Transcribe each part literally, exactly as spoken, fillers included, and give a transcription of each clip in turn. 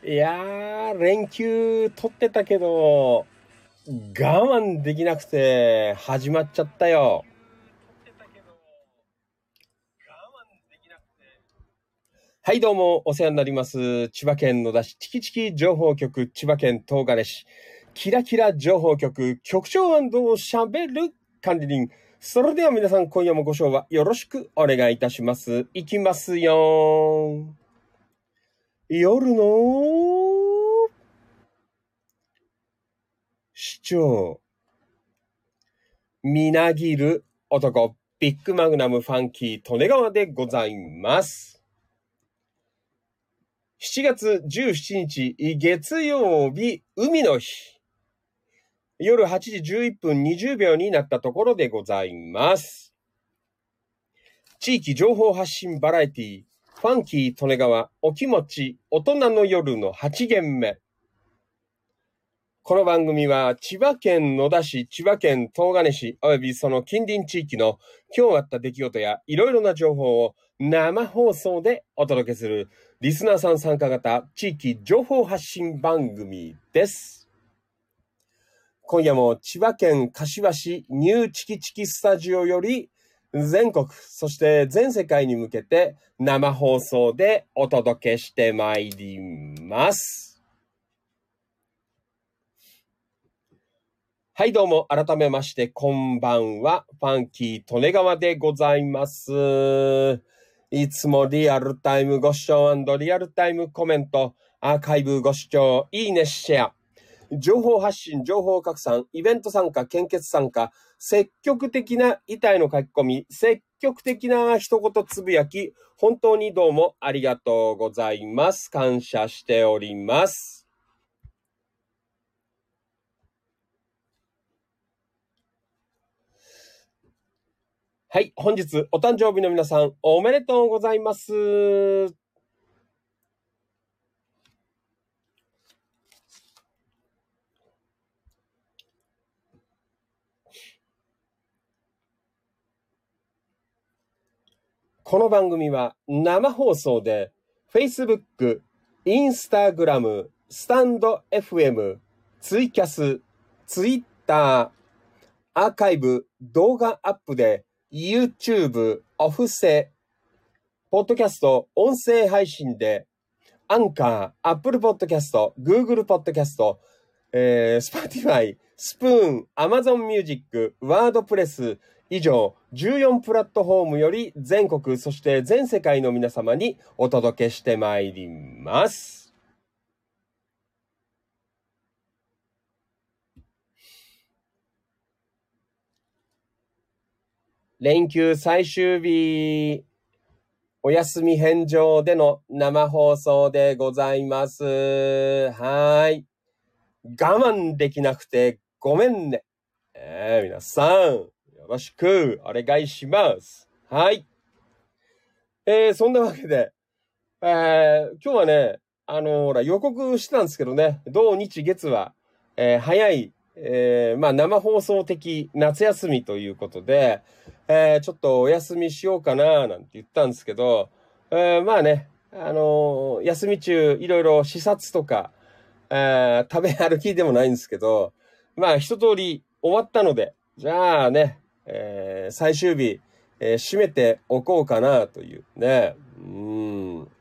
いやー、連休取ってたけど、我慢できなくて始まっちゃったよ。はい、どうも、お世話になります。千葉県野田市チキチキ情報局、千葉県東金市、キラキラ情報局、局長&しゃべる管理人。それでは皆さん、今夜もご唱和よろしくお願いいたします。いきますよ。夜の市長。みなぎる男、ビッグマグナムファンキー、利根川でございます。しちがつじゅうしちにち、月曜日、海の日。夜はちじじゅういっぷんにじゅうびょうになったところでございます。地域情報発信バラエティ、ファンキー利根川、お気持ち、大人の夜のはち限目。この番組は千葉県野田市、千葉県東金市、およびその近隣地域の今日あった出来事やいろいろな情報を生放送でお届けするリスナーさん参加型地域情報発信番組です。今夜も千葉県柏市ニューチキチキスタジオより全国、そして全世界に向けて生放送でお届けしてまいります。はい、どうも、改めまして、こんばんは。ファンキー利根川でございます。いつもリアルタイムご視聴&リアルタイムコメント、アーカイブご視聴、いいね、シェア、情報発信、情報拡散、イベント参加、献血参加、積極的な遺体の書き込み、積極的な一言つぶやき、本当にどうもありがとうございます。感謝しております。はい、本日お誕生日の皆さんおめでとうございます。この番組は生放送で Facebook、Instagram、スタンド エフエム、ツイキャス、Twitter、アーカイブ、動画アップで YouTube、オフセ、ポッドキャスト、音声配信でアンカー、Apple Podcast、Google Podcast、えー、Spotify、スプーン、Amazon Music、WordPress、以上じゅうよんプラットフォームより全国、そして全世界の皆様にお届けしてまいります。連休最終日、お休み返上での生放送でございます。はい。我慢できなくてごめんね。えー、皆さん、よろしくお願いします。はい。えー、そんなわけで、えー、今日はね、あのー、ほら、予告してたんですけどね、土日月は、えー、早い、えー、まあ、生放送的夏休みということで、えー、ちょっとお休みしようかな、なんて言ったんですけど、えー、まあね、あのー、休み中、いろいろ視察とか、えー、食べ歩きでもないんですけど、まあ、一通り終わったので、じゃあね、えー、最終日、えー、締めておこうかなというね、うーん。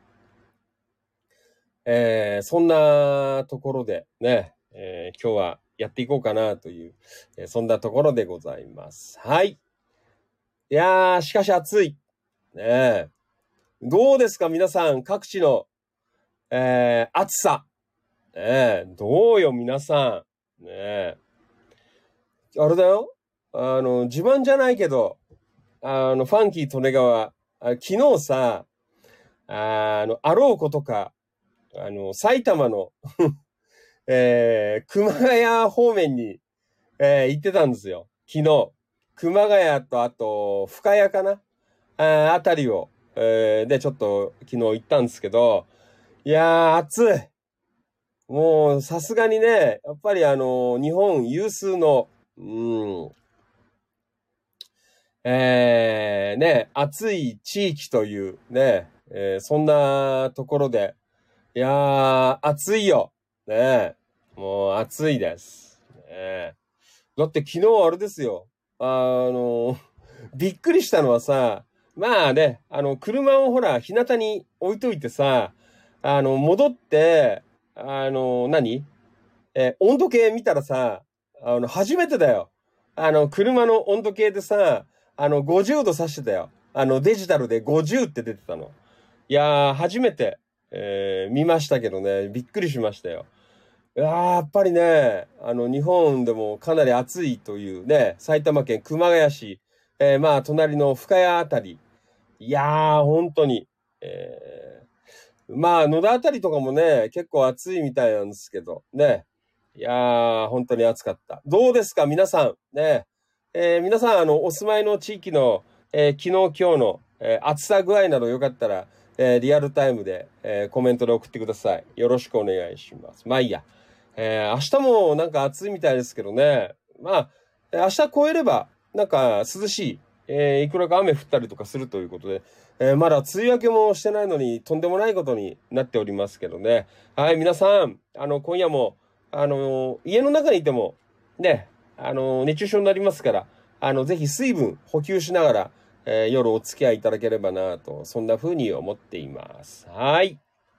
えー、そんなところでね、えー、今日はやっていこうかなという、えー、そんなところでございます。はい。いやー、しかし暑い。ね、どうですか皆さん、各地の、えー、暑さ。ね、どうよ皆さん。ね、あれだよ。あの、自慢じゃないけど、あの、ファンキー利根川、昨日さ、あの、あろうことか、あの、埼玉のえー、熊谷方面に、えー、行ってたんですよ。昨日。熊谷とあと、深谷かなああたりを、えー、で、ちょっと昨日行ったんですけど、いやー、暑い。もう、さすがにね、やっぱりあの、日本有数の、うん、えー、ね、暑い地域というね、えー、そんなところで、 いやー、暑いよ。ねえ。もう暑いです。ねえ。だって昨日あれですよ。あの、びっくりしたのはさ、まあね、あの、車をほら、日向に置いといてさ、あの、戻って、あの、何えー温度計見たらさ、あの、初めてだよ。あの、車の温度計でさ、あの、ごじゅうど指してたよ。あの、デジタルでごじゅうって出てたの。いやー、初めて、えー見ましたけどね、びっくりしましたよ。いやー、やっぱりね、あの、日本でもかなり暑いというね、埼玉県熊谷市、えーまあ、隣の深谷あたり。いやー、本当に、えーまあ、野田あたりとかもね、結構暑いみたいなんですけど、ね。いやー、本当に暑かった。どうですか、皆さん。ね。えー皆さん、あの、お住まいの地域の、えー昨日、今日の、えー暑さ具合などよかったら、えーリアルタイムで、えーコメントで送ってください。よろしくお願いします。まあいいや。えー明日もなんか暑いみたいですけどね。まあ、えー明日超えれば、なんか涼しい。えーいくらか雨降ったりとかするということで、えーまだ梅雨明けもしてないのにとんでもないことになっておりますけどね。はい、皆さん、あの、今夜も、あの、家の中にいても、ね、あの、熱中症になりますから、あの、ぜひ水分補給しながら、えー夜お付き合いいただければなと、そんな風に思っています。はい。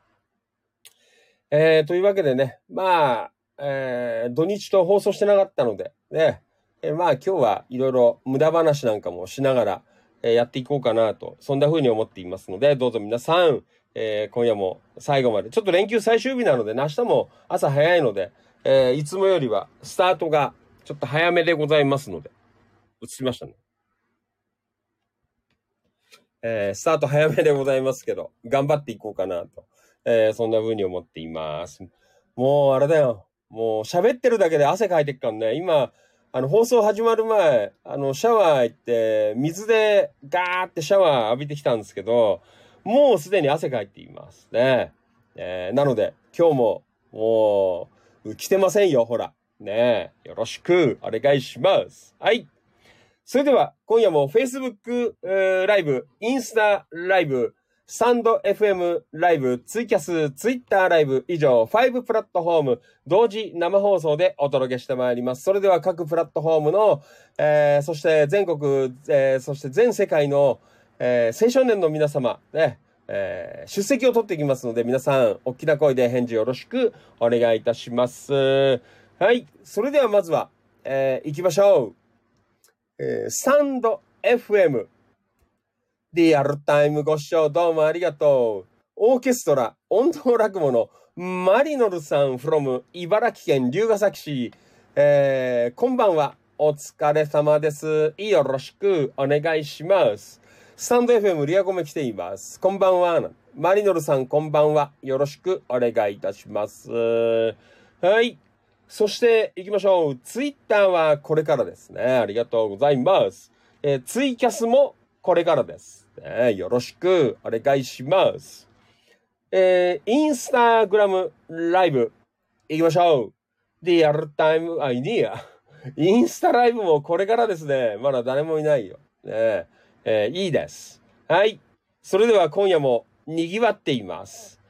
えーというわけでね、まあ、えー土日と放送してなかったので、ね、えーまあ今日はいろいろ無駄話なんかもしながら、えーやっていこうかなと、そんな風に思っていますので、どうぞ皆さん、えー今夜も最後まで、ちょっと連休最終日なので、明日も朝早いので、えーいつもよりはスタートがちょっと早めでございますので、映しましたね。えースタート早めでございますけど、頑張っていこうかなと、えーそんな風に思っています。もうあれだよ。もう喋ってるだけで汗かいてっからね。今、あの放送始まる前、あのシャワー行って、水でガーってシャワー浴びてきたんですけど、もうすでに汗かいていますね。えーなので、今日も、もう、来てませんよ、ほら。ねえ、よろしくお願いします。はい。それでは、今夜も Facebook、えーライブ、インスタライブ、スタンド エフエム ライブ、ツイキャス、ツイッターライブ、以上、ごプラットフォーム、同時生放送でお届けしてまいります。それでは各プラットフォームの、えーそして全国、えーそして全世界の、えー青少年の皆様、ね、えー出席を取っていきますので、皆さん、大きな声で返事よろしくお願いいたします。はい。それではまずは、えー行きましょう。えースタンド エフエム リアルタイムご視聴どうもありがとう。オーケストラ音頭落語のマリノルさん from 茨城県龍ケ崎市、えーこんばんは。お疲れ様です。よろしくお願いします。スタンド エフエム リアコメ来ています。こんばんは。マリノルさんこんばんは。よろしくお願いいたします。はい。そして行きましょう。ツイッターはこれからですね。ありがとうございます。えーツイキャスもこれからです。ね、よろしくお願いします。えーインスタグラムライブ行きましょう。リアルタイム、あ、いねえや。インスタライブもこれからですね。まだ誰もいないよ。ねえーいいです。はい。それでは今夜も賑わっています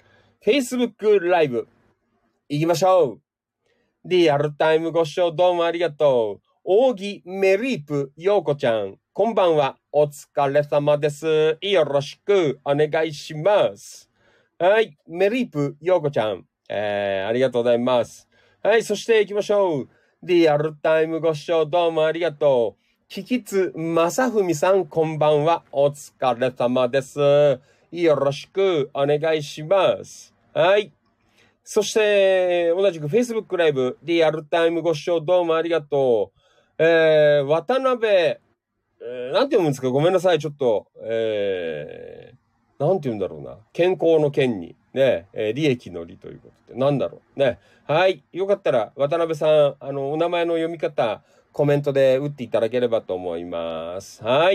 。Facebook ライブ行きましょう。リアルタイムご視聴どうもありがとう。扇メリープようこちゃん、こんばんは。お疲れ様です。よろしくお願いします。はい、メリープようこちゃん、えー、ありがとうございます。はい、そして行きましょう。リアルタイムご視聴どうもありがとう。キキツまさふみさん、こんばんは。お疲れ様です。よろしくお願いします。はい。そして、同じく Facebook ライブ、リアルタイムご視聴どうもありがとう。えー、渡辺、えー、なんて読むんですかごめんなさい、ちょっと、えー、なんて言うんだろうな。健康の健に、ね、えー利益の利ということで、なんだろう。ね。はい。よかったら、渡辺さん、あの、お名前の読み方、コメントで打っていただければと思います。はい。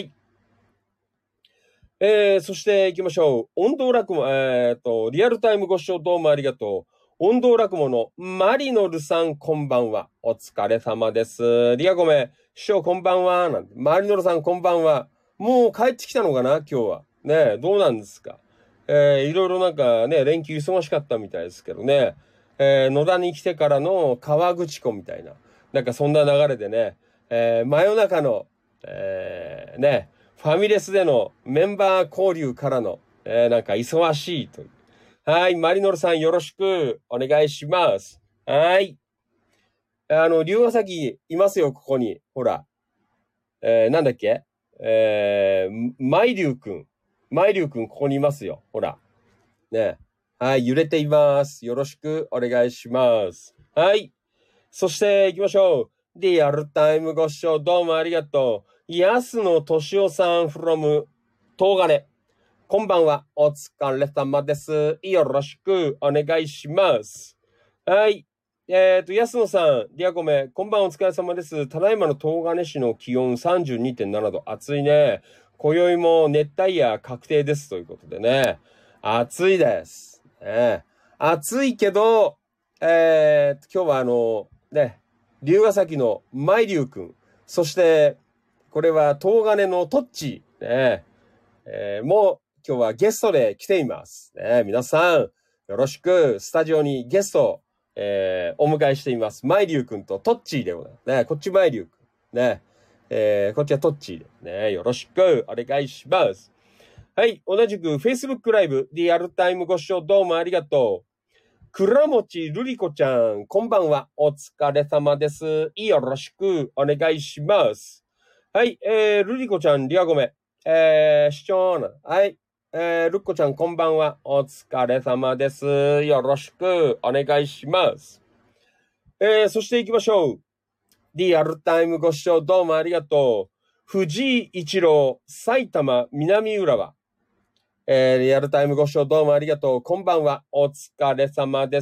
えー、そして行きましょう。音頭落語、えーと、リアルタイムご視聴どうもありがとう。音頭落語のマリノルさんこんばんは。お疲れ様です。リアゴメ、師匠こんばんは。なんてマリノルさんこんばんは。もう帰ってきたのかな今日は。ねえ、どうなんですか。 えー、いろいろなんかね、連休忙しかったみたいですけどね、えー、野田に来てからの川口湖みたいな、なんかそんな流れでね、えー、真夜中の、えー、ね、ファミレスでのメンバー交流からの、えー、なんか忙しいという。はい、マリノルさんよろしくお願いします。はい。あの、龍ヶ崎いますよ、ここに。ほら。えー、なんだっけえー、マイリュウくん。マイリュウくん、ここにいますよ。ほら。ね。はい、揺れています。よろしくお願いします。はい。そして、行きましょう。リアルタイムご視聴どうもありがとう。安野俊夫さん from 東金。こんばんは。お疲れ様です。よろしくお願いします。はい。えっと、安野さん、リアコメ、こんばんお疲れ様です。ただいまの東金市の気温 さんじゅうにてんなな 度。暑いね。今宵も熱帯夜確定です。ということでね。暑いです。ね、暑いけど、えー、今日はあの、ね、龍ヶ崎のマイリュウくん、そして、これは東金のトッチー、ね、えー、もう今日はゲストで来ています。ね、皆さん、よろしくスタジオにゲスト、えー、お迎えしています。マイリュウくんとトッチーでございます。ね、こっちマイリュウくん。ね、えー、こっちはトッチーで。ね、よろしくお願いします。はい、同じく Facebook ライブ、リアルタイムご視聴どうもありがとう。倉持るりこちゃん、こんばんは。お疲れ様です。よろしくお願いします。はい、えー、るりこちゃん、リアゴメ、えー、視聴な。はい、えー、るっこちゃん、こんばんは。お疲れ様です。よろしくお願いします。えー、そして行きましょう。リアルタイムご視聴どうもありがとう。藤井一郎、埼玉南浦和。えー、リアルタイムご視聴どうもありがとう。こんばんは。お疲れ様です。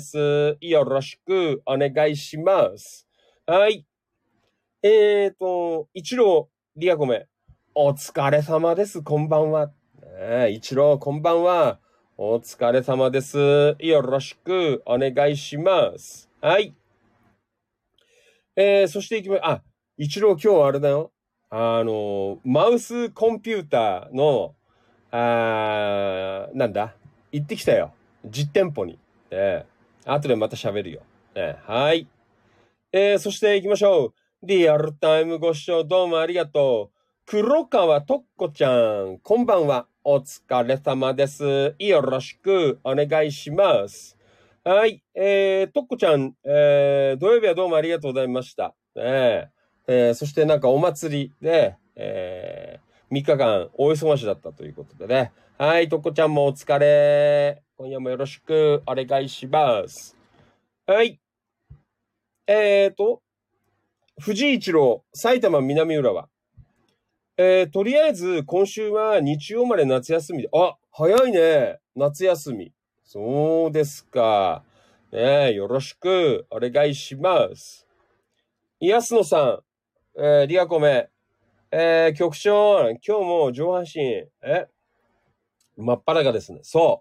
よろしくお願いします。はい。えーと、一郎、リアコメ。お疲れ様です。こんばんは。ね、一郎、こんばんは。お疲れ様です。よろしくお願いします。はい。えー、そしていきま、あ、一郎今日あれだよ。あの、マウスコンピューターの、あー、なんだ行ってきたよ。実店舗に。ね、後でまた喋るよ。ね、はい。えー、そして行きましょう。リアルタイムご視聴どうもありがとう。黒川とっこちゃん、こんばんは。お疲れ様です。よろしくお願いします。はい。えー、とっこちゃん、えー、土曜日はどうもありがとうございました。ねえー、そしてなんかお祭りで、えー、みっかかん大忙しだったということでね。はい、とっこちゃんもお疲れ。今夜もよろしくお願いします。はい。えーと、藤井一郎、埼玉南浦和。えー、とりあえず今週は日曜まで夏休みで、あ、早いね。夏休み。そうですか。ねえ、よろしくお願いします。安野さん、えー、リアコメ、えー、局長、今日も上半身、え、真っ裸ですね。そう。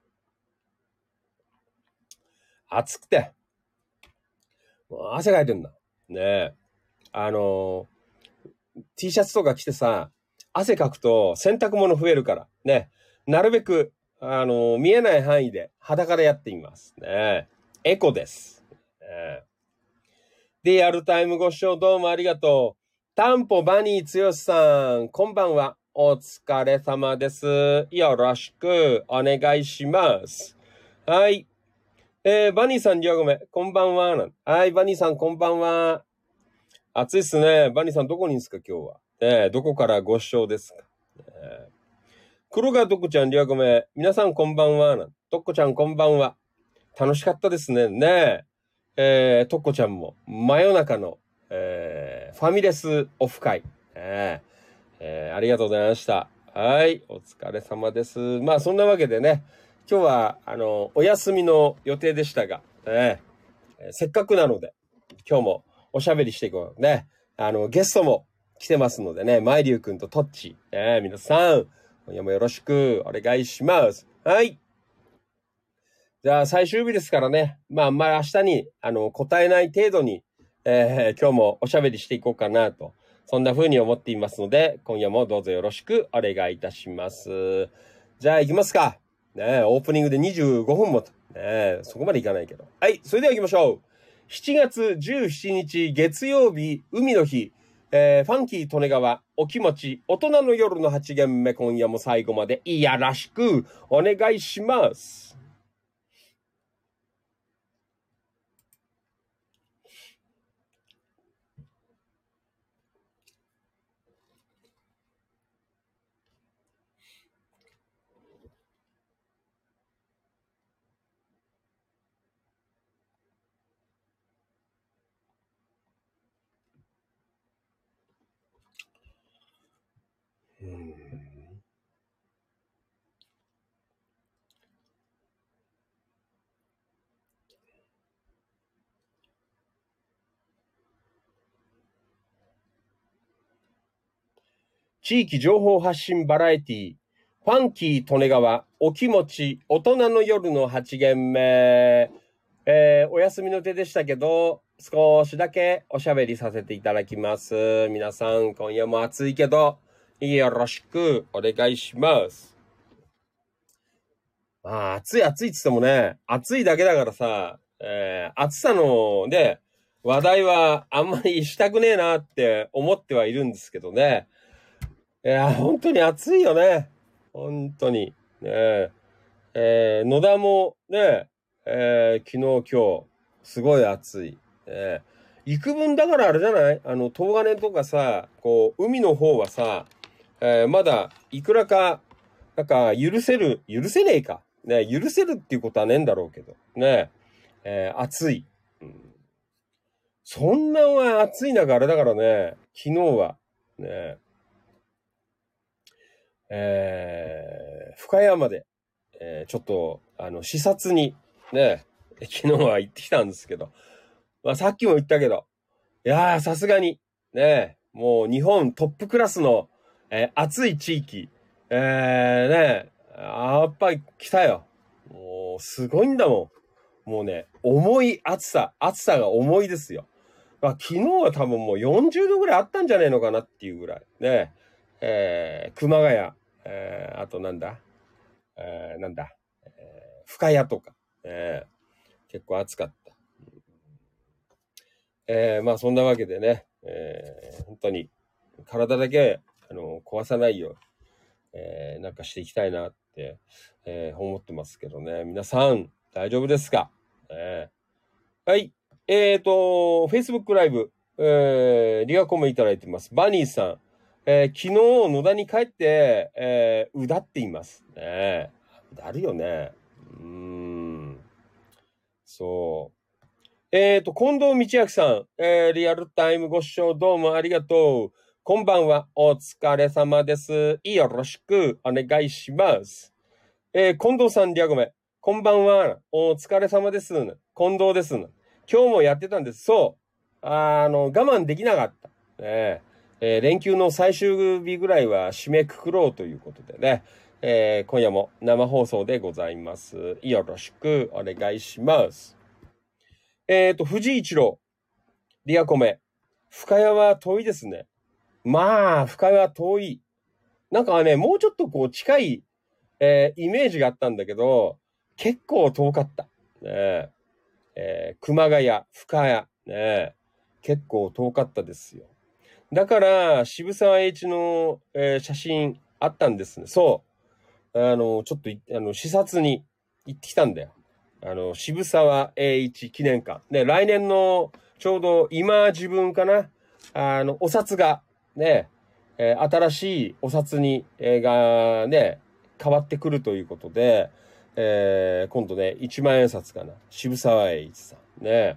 暑くて。もう汗かいてんだ。ねえ。あのー、T シャツとか着てさ、汗かくと洗濯物増えるから。ね。なるべく、あのー、見えない範囲で裸でやっていますね。エコです。ね、リアルタイムご視聴どうもありがとう。タンポバニーつよしさん、こんばんは。お疲れ様です。よろしくお願いします。はい。えー、バニーさん、りょうごめ、こんばんは。はい、バニーさん、こんばんは。暑いっすね。バニーさん、どこにいんすか、今日は。えー、どこからご視聴ですか。えー、黒川とっこちゃん、りょうごめ、皆さん、こんばんは。とっこちゃん、こんばんは。楽しかったですね。ねえ。えー、とっこちゃんも、真夜中の、えー、ファミレスオフ会。えーえー、ありがとうございました。はい。お疲れ様です。まあ、そんなわけでね、今日は、あの、お休みの予定でしたが、ね、えー、せっかくなので、今日もおしゃべりしていこう。ね。あの、ゲストも来てますのでね、マイリュウくんとトッチ。ね、皆さん、今夜もよろしくお願いします。はい。じゃあ、最終日ですからね。まあ、まあ、明日に、あの、答えない程度に、えー、今日もおしゃべりしていこうかなと。そんな風に思っていますので、今夜もどうぞよろしくお願いいたします。じゃあ、行きますか。 ね、オープニングでにじゅうごふんも、ね、そこまでいかないけど。はい、それでは行きましょう。しちがつじゅうしちにち月曜日、海の日、えー、ファンキー利根川、お気持ち、大人の夜のはち限目、今夜も最後までいやらしくお願いします。うん地域情報発信バラエティ、ファンキー利根川、お気持ち、大人の夜のはち限目、えー、お休みの手でしたけど、少しだけおしゃべりさせていただきます。皆さん、今夜も暑いけど、よろしくお願いします。まあ、暑い暑いって言ってもね、暑いだけだからさ、えー、暑さのね、話題はあんまりしたくねえなって思ってはいるんですけどね。いや、本当に暑いよね。本当に。ねえー、野田もね、えー、昨日今日、すごい暑い。ね、幾分だからあれじゃないあの、東金とかさ、こう、海の方はさ、えー、まだ、いくらか、なんか、許せる、許せねえか。ね、許せるっていうことはねえんだろうけど。ね、えー、暑い。うん、そんなは暑い中あれだからね、昨日は、ね、えー、深山で、えー、ちょっと、あの、視察に、ね、昨日は行ってきたんですけど、まあ、さっきも言ったけど、いやー、さすがに、ね、もう日本トップクラスの、えー、暑い地域、えー、ね、やっぱり来たよ。もう、すごいんだもん。もうね、重い暑さ、暑さが重いですよ。まあ、昨日は多分もうよんじゅうどぐらいあったんじゃねえのかなっていうぐらい。ね、えー、熊谷、えー、あとなんだ、えー、なんだ、えー、深谷とか、えー、結構暑かった。えー、まあそんなわけでね、えー、本当に体だけあの壊さないように、えー、なんかしていきたいなって、えー、思ってますけどね。皆さん大丈夫ですか？えー、はい。えっ、ー、と、Facebook ライブ、えー、リアコメいただいてます。バニーさん。えー、昨日野田に帰って、えー、うだっています。ね、うだるよね。うーん。そう。えっと、近藤道明さん、えー、リアルタイムご視聴どうもありがとう。こんばんは。お疲れ様です。よろしくお願いします。えー、近藤さん、リアゴメ。こんばんは。お疲れ様です。近藤です。今日もやってたんです。そう。あの、我慢できなかった。ねえー、連休の最終日ぐらいは締めくくろうということでね。えー、今夜も生放送でございます。よろしくお願いします。えっと、藤井一郎。リアコメ。深谷は遠いですね。まあ、深谷は遠い。なんかね、もうちょっとこう近い、えーイメージがあったんだけど、結構遠かった。ねええー熊谷、深谷、ねえ結構遠かったですよ。だから、渋沢栄一の、えー写真あったんですね。そう。あの、ちょっとい、あの、視察に行ってきたんだよ。あの、渋沢栄一記念館。ね、来年の、ちょうど今自分かな。あの、お札が、ね、えー新しいお札に、えーがね、変わってくるということで、えー今度ね、一万円札かな。渋沢栄一さん。ね、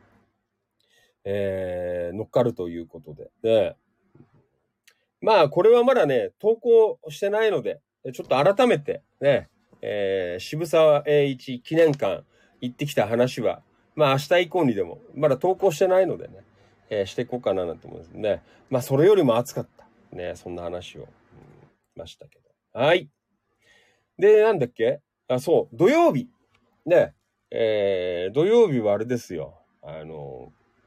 えー乗っかるということで。ね、まあ、これはまだね、投稿してないので、ちょっと改めてね、えー渋沢栄一記念館行ってきた話は、まあ明日以降にでも、まだ投稿してないのでね、えーしていこうかななんて思いますね。まあそれよりも暑かった。ね、そんな話を、うん、しましたけど。はい。で、なんだっけあ、そう、土曜日。ね、えー土曜日はあれですよ。あの、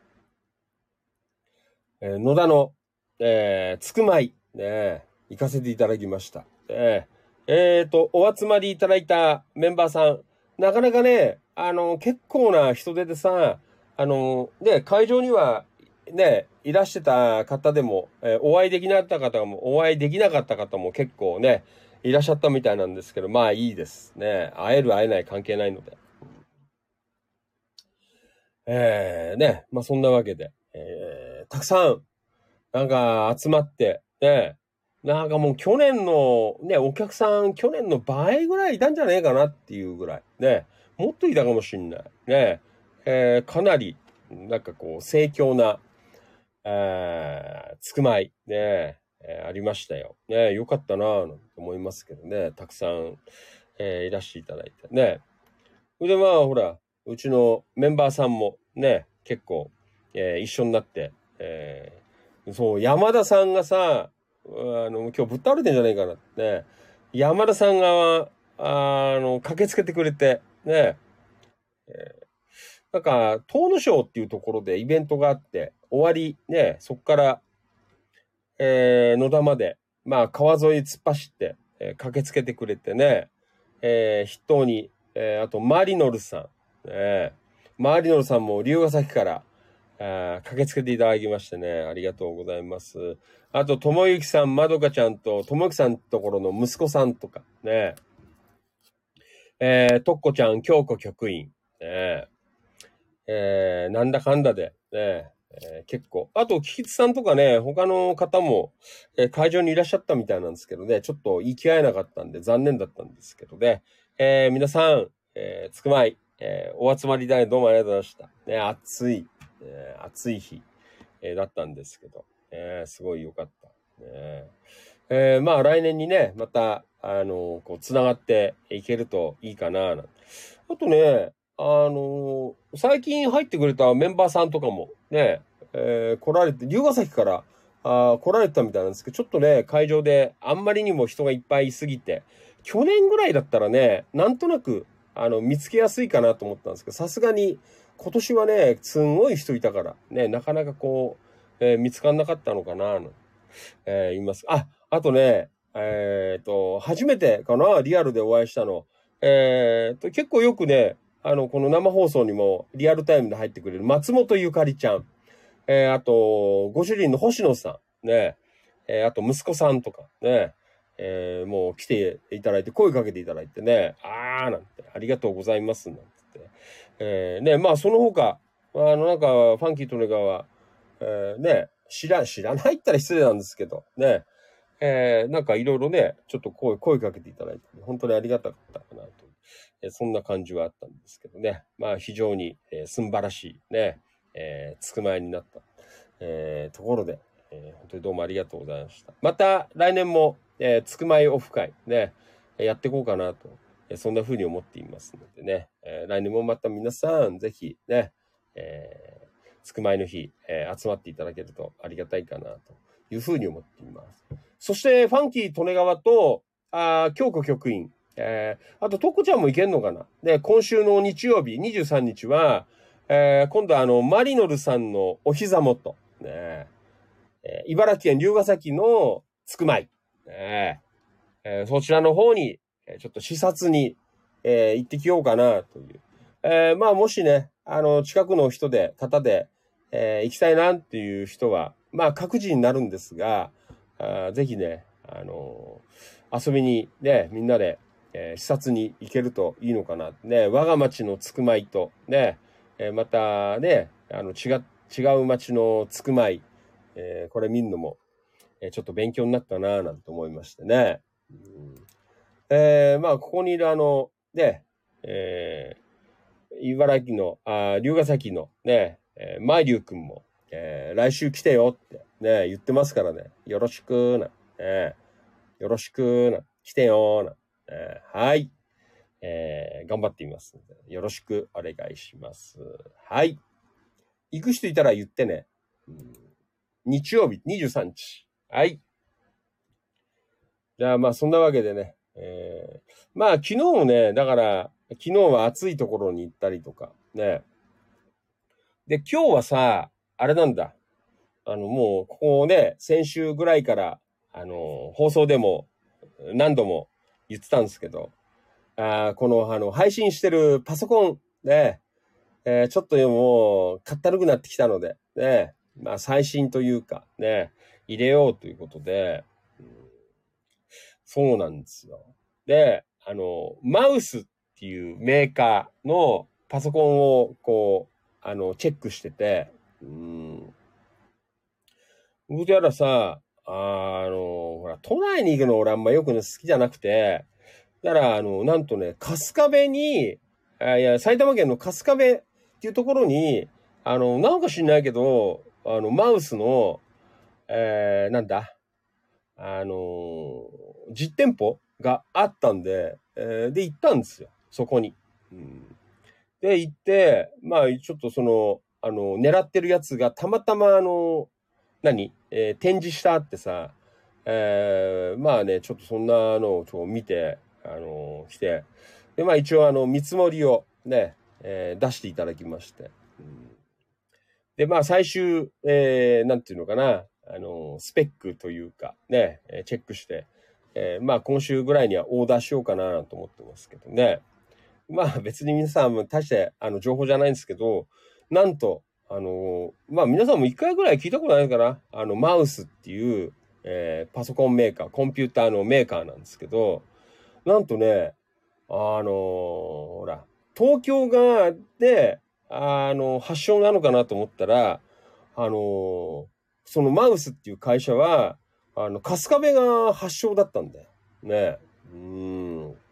えー野田の、えーつくまい、ね、行かせていただきました。えーえっと、お集まりいただいたメンバーさん、なかなかね、あの、結構な人手でさ、あの、で、会場には、ね、いらしてた方でも、えーお会いできなかった方も、お会いできなかった方も結構ね、いらっしゃったみたいなんですけど、まあいいですね。会える会えない関係ないので。えー、ね、まあそんなわけで、えー、たくさん、なんか集まって、ね、なんかもう去年の、ね、お客さん、去年の倍ぐらいいたんじゃねえかなっていうぐらい、ね、もっといたかもしんない。ね、えー、かなり、なんかこう、盛況な、えー、つくまい、ね、えーありましたよ。ね、よかったなぁ、なんて思いますけどね、たくさん、えーいらしていただいてね。で、まあ、ほら、うちのメンバーさんもね、結構、えー一緒になって、えーそう、山田さんがさ、あの、今日ぶっ倒れてんじゃないかなってね、山田さんが、あの、駆けつけてくれて、ね、なんか、東野省っていうところでイベントがあって、終わり、ね、そっから、えー野田まで、まあ、川沿い突っ走って、えー駆けつけてくれてね、えー筆頭に、えーあと、マリノルさん、ね、マリノルさんも龍ヶ崎から、あー駆けつけていただきましてね、ありがとうございます。あと、ともゆきさん、まどかちゃんと、ともゆきさんのところの息子さんとか、ね、えー、とっこちゃん、京子局員、ね、えー、なんだかんだで、ね、えー結構。あと、キキツさんとかね、他の方も、えー会場にいらっしゃったみたいなんですけどね、ちょっと行き合えなかったんで残念だったんですけどね。えー皆さん、えーつくまい、えーお集まりだね、どうもありがとうございました。ね、暑い、えー暑い日、えーだったんですけど、えーすごい良かった。ねえーまあ来年にね、また、あのこう、つながっていけるといいかな、なんてあとね、あのー最近入ってくれたメンバーさんとかもね、えー来られて、龍ヶ崎からあー来られてたみたいなんですけど、ちょっとね、会場であんまりにも人がいっぱいいすぎて、去年ぐらいだったらね、なんとなく、あの、見つけやすいかなと思ったんですけど、さすがに今年はね、すんごい人いたから、ね、なかなかこう、えー見つかんなかったのかな、なんえー言います。あ、あとね、えっと、初めてかな、リアルでお会いしたの。えっと、結構よくね、あの、この生放送にもリアルタイムで入ってくれる松本ゆかりちゃん。えーあと、ご主人の星野さん。ね。えーあと、息子さんとかね。えーもう来ていただいて、声かけていただいてね。あーなんて、ありがとうございます。なんて言って。えーね、まあ、その他、あの、なんか、ファンキートネガは、えーね、知ら、知らないったら失礼なんですけど、ね。えーなんかいろいろね、ちょっと声、声かけていただいて、本当にありがたかったかなと。えーそんな感じはあったんですけどね。まあ非常に、えー、すんばらしいね、えー、つくまいになった、えーところで、えー本当にどうもありがとうございました。また来年も、えー、つくまいオフ会ね、やっていこうかなと、えーそんな風に思っていますのでね、えー来年もまた皆さんぜひね、えーつくまいの日、えー集まっていただけるとありがたいかなというふうに思っています。そして、ファンキー利根川と、あー京子局員、えーあと、とこちゃんも行けんのかなで、今週の日曜日、にじゅうさんにちは、えー今度はあの、マリノルさんのお膝元、ねえー茨城県龍ヶ崎のつくまい、ねえーそちらの方に、えーちょっと視察に、えー行ってきようかな、という。えーまあ、もしね、あの、近くの人で、方で、えー行きたいなっていう人は、まあ、各自になるんですが、あーぜひね、あのー遊びにね、みんなで、えー視察に行けるといいのかな。ね、我が町のつくまいと、ね、えーまたね、あの、違、違う町のつくまい、えーこれ見るのも、えーちょっと勉強になったなぁなんて思いましてね。うんえーまあ、ここにいるあの、ね、えー茨城の、あ龍ヶ崎のね、えー、マイリュウ君も、えー来週来てよってね、言ってますからね。よろしくな、ね、よろしくな、来てよな、ね、はい。えー頑張っていますので、よろしくお願いします。はい。行く人いたら言ってね。うん日曜日、にじゅうさんにち。はい。じゃあまあそんなわけでね。えーまあ昨日もね、だから、昨日は暑いところに行ったりとか、ね。で、今日はさ、あれなんだ。あの、もう、ここね、先週ぐらいから、あの、放送でも何度も、 言ってたんですけど、あこの、あの、配信してるパソコンね、えー、ちょっともう、かったるくなってきたので、ね、まあ、最新というか、ね、入れようということで、うん、そうなんですよ。で、あの、マウスっていうメーカーのパソコンを、こう、あの、チェックしてて、うん。うちやらさ、あの、ほら、都内に行くの俺あんまよくね、好きじゃなくて、だから、あの、なんとね、春日部に、あいや、埼玉県の春日部っていうところに、あの、なんか知んないけど、あの、マウスの、えー、なんだ、あの、実店舗があったんで、えー、で、行ったんですよ、そこに。うん、で、行って、まあ、ちょっとその、あの、狙ってるやつがたまたま、あの、何、えー、展示してあってさ、えー、まあね、ちょっとそんなのをちょっと見て、あのー、来て、で、まあ一応あの、見積もりをね、えー、出していただきまして。うん、で、まあ最終、えー、なんていうのかな、あのー、スペックというか、ね、チェックして、えー、まあ今週ぐらいにはオーダーしようかなと思ってますけどね。まあ別に皆さんも大してあの情報じゃないんですけど、なんと、あの、まあ皆さんも一回ぐらい聞いたことないかな。あの、マウスっていう、えー、パソコンメーカー、コンピューターのメーカーなんですけど、なんとね、あの、ほら、東京がで、あの、発祥なのかなと思ったら、あの、そのマウスっていう会社は、あの、春日部が発祥だったんだよ。ね。うーん。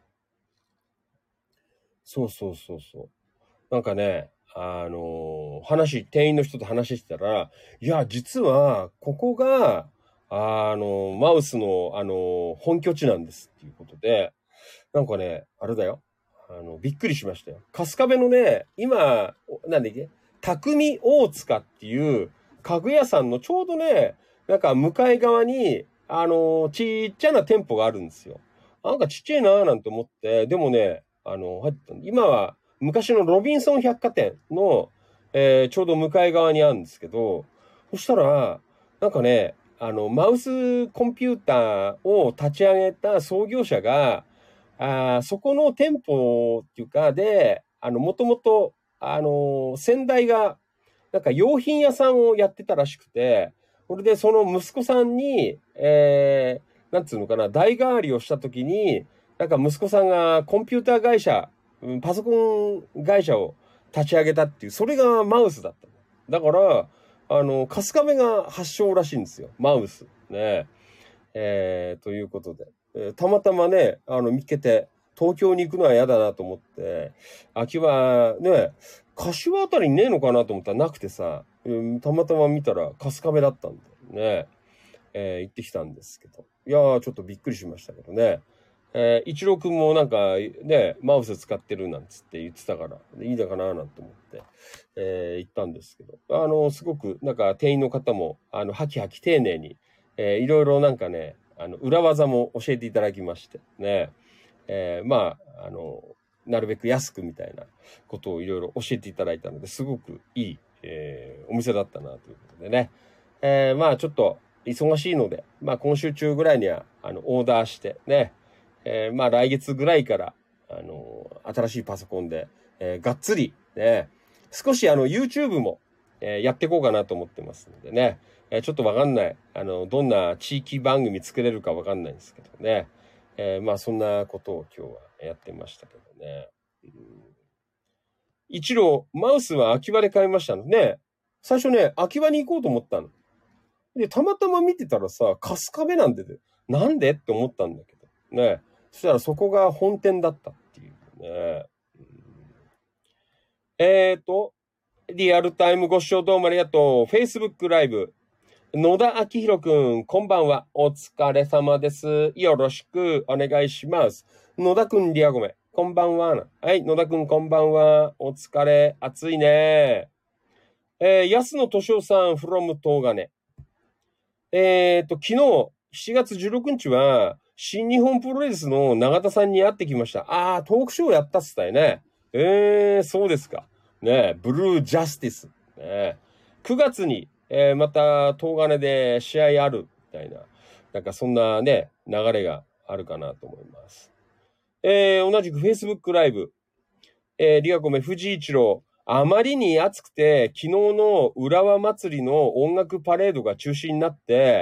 そうそうそうそう。なんかね、あのー話、店員の人と話してたら、いや、実は、ここが、あのマウスの、あの本拠地なんですっていうことで、なんかね、あれだよ。あの、びっくりしましたよ。春日部のね、今、なんだっけ、匠大塚っていう家具屋さんのちょうどね、なんか向かい側に、あのちっちゃな店舗があるんですよ。なんかちっちゃいなーなんて思って、でもね、あの、入った今は、昔のロビンソン百貨店の、えーちょうど向かい側にあるんですけど、そしたら、なんかね、あの、マウスコンピューターを立ち上げた創業者が、あーそこの店舗っていうか、で、あの、もともと、あの、先代が、なんか用品屋さんをやってたらしくて、それでその息子さんに、えー、なんつうのかな、代替わりをしたときに、なんか息子さんがコンピューター会社、パソコン会社を立ち上げたっていう、それがマウスだった。だから、あの、春日部が発祥らしいんですよ。マウス。ね。えー、ということで、えーたまたまね、あの、見つけて、東京に行くのは嫌だなと思って、秋はね、柏あたりにねえのかなと思ったらなくてさ、うん、たまたま見たら春日部だったんだよね。えー行ってきたんですけど。いやー、ちょっとびっくりしましたけどね。えー、一郎くんもなんかね、マウス使ってるなんつって言ってたから、いいのかななんて思って、えー行ったんですけど、あの、すごくなんか店員の方も、あの、ハキハキ丁寧に、えーいろいろなんかね、あの、裏技も教えていただきましてね、えーまあ、あの、なるべく安くみたいなことをいろいろ教えていただいたので、すごくいい、えーお店だったなということでね。えーまあちょっと忙しいので、まあ今週中ぐらいには、あの、オーダーしてね、えーまあ来月ぐらいから、あの、新しいパソコンで、えーがっつり、ね、少しあの、YouTube も、えーやっていこうかなと思ってますのでね、えーちょっとわかんない、あの、どんな地域番組作れるかわかんないんですけどね、えーまあそんなことを今日はやってましたけどね。うん、一郎、マウスは秋葉で買いましたのね。最初ね、秋葉に行こうと思ったの。で、たまたま見てたらさ、春日部なんで、なんでって思ったんだけど。ね。そしたらそこが本店だったっていうね。うん、えーと、リアルタイムご視聴どうもありがとう。Facebook ライブ。野田明宏くん、こんばんは。お疲れ様です。よろしくお願いします。野田くん、リアゴメ。こんばんは。はい、野田くん、こんばんは。お疲れ。暑いね。えー、安野敏夫さん、from 東金。えーと、昨日、しちがつじゅうろくにちは、新日本プロレスの永田さんに会ってきました。あー、トークショーやったっつったよね。えー、そうですか。ねブルージャスティス。ねくがつに、えー、また、東金で試合ある、みたいな。なんかそんなね、流れがあるかなと思います。えー、同じく Facebook ライブ。えー、リアコメ藤井一郎。あまりに暑くて、昨日の浦和祭りの音楽パレードが中止になって、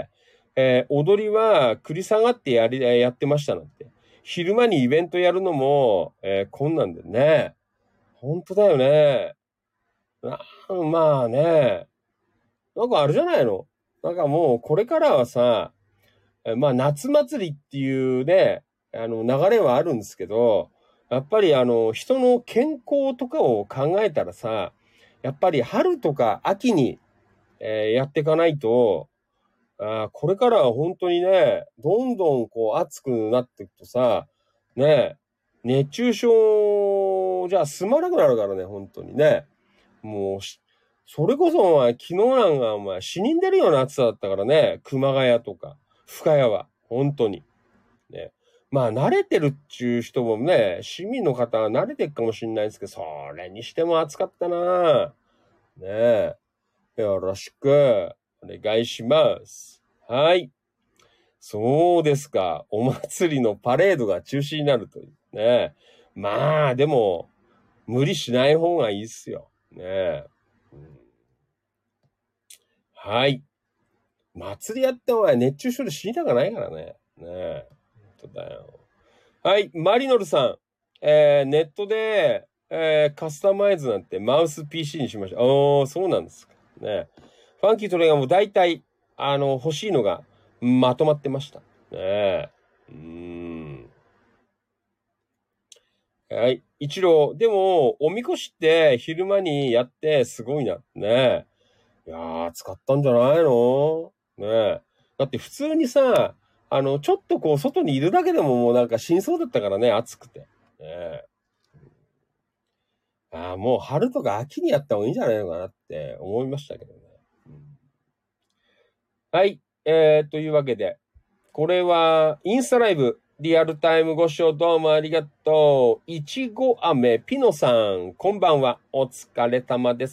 えー、踊りは繰り下がってやり、やってましたなんて。昼間にイベントやるのも、えー、こんなんでね。本当だよね。なまあね。なんかあれじゃないの？なんかもうこれからはさ、まあ夏祭りっていうね、あの流れはあるんですけど、やっぱりあの人の健康とかを考えたらさ、やっぱり春とか秋に、えーやっていかないと、あーこれからは本当にね、どんどんこう暑くなっていくとさ、ね、熱中症じゃ済まなくなるからね、本当にね。もうし、それこそお前昨日なんかお前死人出るような暑さだったからね、熊谷とか深谷は、本当に。ね。まあ慣れてるっちゅう人もね、市民の方は慣れてるかもしれないですけど、それにしても暑かったな。ねえ。よろしくお願いします。はい。そうですか。お祭りのパレードが中止になるというね。まあ、でも、無理しない方がいいっすよ。ねえ。うん、はい。祭りやっても熱中症で死にたくないからね。ねえ。本当だよ。はい。マリノルさん。えー、ネットで、えー、カスタマイズなんてマウス ピーシー にしました。おー、そうなんですか。ね。ファンキートレイがもう大体、あの、欲しいのがまとまってました。ねえ。うーん。はい。一郎。でも、おみこしって昼間にやってすごいな。ねえ。いやー、使ったんじゃないの？ねえ。だって普通にさ、あの、ちょっとこう、外にいるだけでももうなんか死にそうだったからね、暑くて。ねえ。ああ、もう春とか秋にやった方がいいんじゃないのかなって思いましたけどね。うん、はい。えー、というわけで、これはインスタライブ、リアルタイムご視聴どうもありがとう。いちご飴ピノさん、こんばんは。お疲れ様です。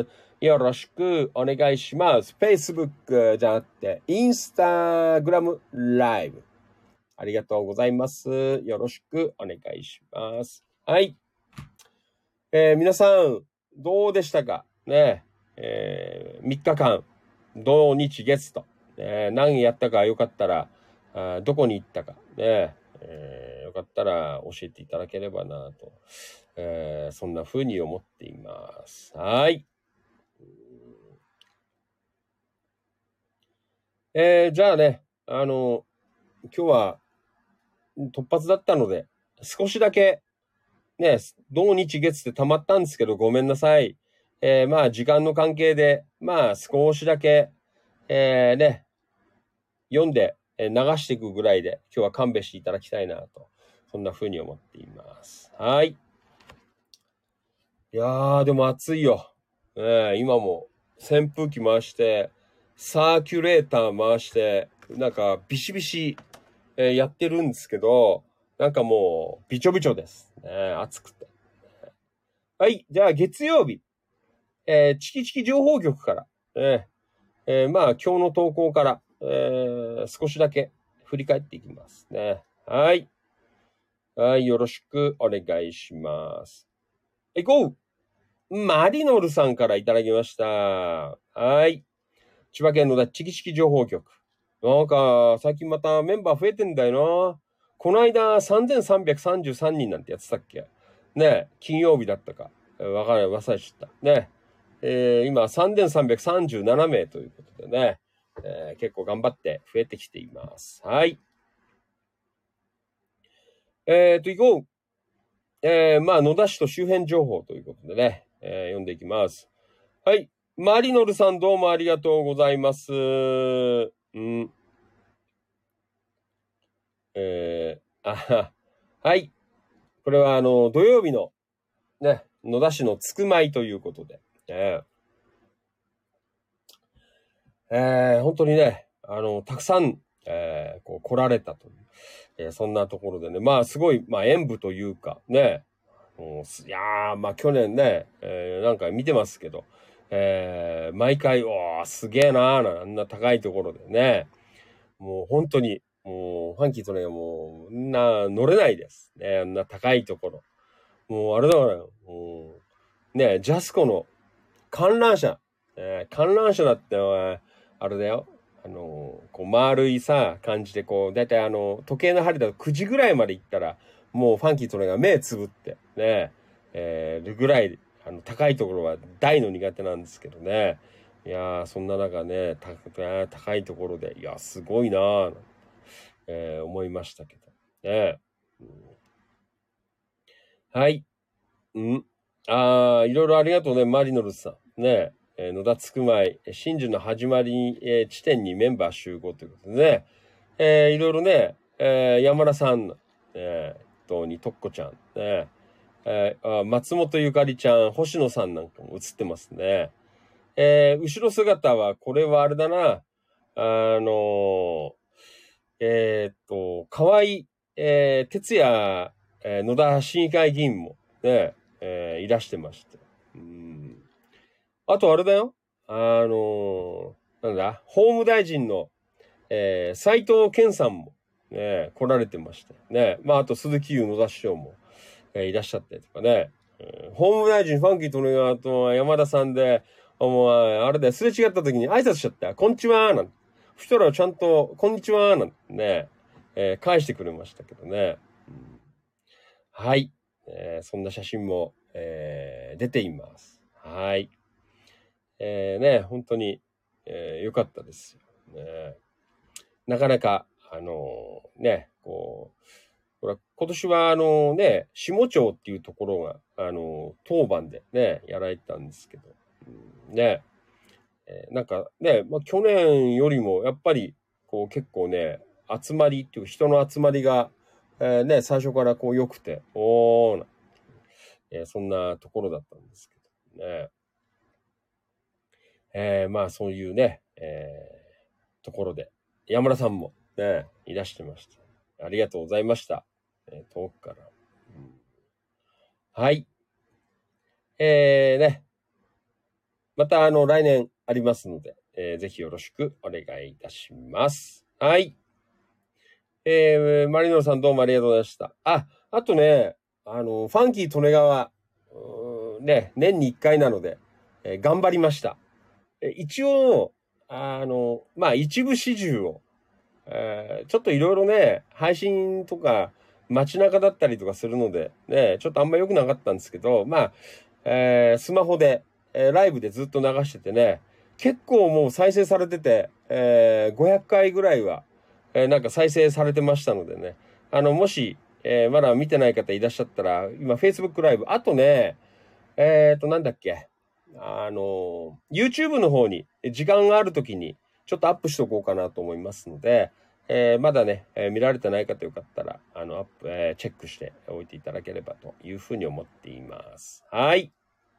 よろしくお願いします。Facebook じゃなくて、インスタグラムライブ。ありがとうございます。よろしくお願いします。はい。えー、皆さん、どうでしたかね、えー、みっかかん、土日月と、ね、何やったかよかったら、あどこに行ったか、ね、えー、よかったら教えていただければなと、えー、そんな風に思っています。はい。えー、じゃあね、あの、今日は突発だったので、少しだけ、ね、土日月って溜まったんですけど、ごめんなさい。えー、まあ、時間の関係で、まあ、少しだけ、えー、ね、読んで、えー流していくぐらいで、今日は勘弁していただきたいなと、そんな風に思っています。はい。いやー、でも暑いよ。えー、今も扇風機回して、サーキュレーター回して、なんかビシビシ、えーやってるんですけど、なんかもう、びちょびちょです。ね、暑くて。はい。じゃあ、月曜日。えー、チキチキ情報局から、えーえーまあ、今日の投稿から、えー少しだけ振り返っていきますね。はい。はい。よろしくお願いします。いこう。マリノルさんからいただきました。はい。千葉県のチキチキ情報局。なんか、最近またメンバー増えてんだよな。この間さんぜんさんびゃくさんじゅうさんにんなんてやってたっけね、金曜日だったか。わかる、忘れちゃった。ね。えー、今さんぜんさんびゃくさんじゅうななめいということでね、えー、結構頑張って増えてきています。はい。えーと、行こう。えー、まあ、野田市と周辺情報ということでね、えー、読んでいきます。はい。マリノルさんどうもありがとうございます。うん。えー、あ、はい。これはあの、土曜日のね、野田市のつくまいということで、えーえー本当にね、あの、たくさん、えーこう来られたという、えーそんなところでね、まあすごい、まあ演舞というか、ね、もうすいやー、まあ去年ね、えーなんか見てますけど、えー毎回、おー、すげえなーな、あんな高いところでね、もう本当に、 もう、ファンキーとね、もう、な、乗れないです。ね、あんな高いところ。もう、あれだからよ。もう、ね、ジャスコの観覧車。ね、観覧車だってのは、あれだよ。あの、こう、丸いさ、感じで、こう、だいたいあの、時計の針だとくじぐらいまで行ったら、もうファンキーとねが目つぶって、ね、えー、るぐらい、あの、高いところは大の苦手なんですけどね。いやー、そんな中ね、た高いところで、いや、すごいなー、えー、思いましたけど。ね、うん、はい。うん。ああ、いろいろありがとうね、マリノルさん。ね、えー、野田つくまい、真珠の始まり、えー、地点にメンバー集合ということでね、えー、いろいろね、えー、山田さん、えー、とにとっこちゃん、ね、えー、あ松本ゆかりちゃん、星野さんなんかも映ってますね。えー、後ろ姿は、これはあれだな、あのー、えー、っと、河合、えー、哲也、えー、野田市議会議員もね、えー、いらしてまして。うん。あとあれだよ。あのー、なんだ、法務大臣の、えー、斉藤健さんも、ね、来られてまして。ね。まあ、あと鈴木優野田市長も、えー、いらっしゃったりとかね。うん、法務大臣ファンキーとね、あと山田さんで、お前、あれだよ、すれ違った時に挨拶しちゃった。こんにちはなんて。そしたらちゃんと、こんにちはなんてね、えー、返してくれましたけどね。うん、はい、えー。そんな写真も、えー、出ています。はい。えー、ね、本当に、えー、よかったですよ。ね、なかなか、あのー、ね、こう、ほら、今年はあのね、下町っていうところが、あの、当番でね、やられてたんですけど、うん、ね、えー、なんかね、まあ、去年よりもやっぱり、こう結構ね、集まりっていう人の集まりが、えー、ね、最初からこう良くて、おーな、えー、そんなところだったんですけどね。えー、まあそういうね、えー、ところで、山田さんもね、いらしてました。ありがとうございました。えー、遠くから。うん、はい。えー、ね。また、あの、来年ありますので、えー、ぜひよろしくお願いいたします。はい。えー、マリノさんどうもありがとうございました。あ、あとね、あの、ファンキー利根川、うーんね、年にいっかいなので、えー頑張りました。えー一応、あの、まあ、一部始終を、えーちょっといろいろね、配信とか、街中だったりとかするので、ね、ちょっとあんま良くなかったんですけど、まあ、えースマホで、えーライブでずっと流しててね、結構もう再生されてて、えーごひゃっかいぐらいは、えーなんか再生されてましたのでね、あの、もし、えーまだ見てない方いらっしゃったら、今 Facebook ライブ、あとね、えっと、なんだっけ、あの、YouTube の方に時間があるときにちょっとアップしとこうかなと思いますので、えーまだね、えー見られてない方よかったら、あの、アップ、えーチェックしておいていただければというふうに思っています。はい。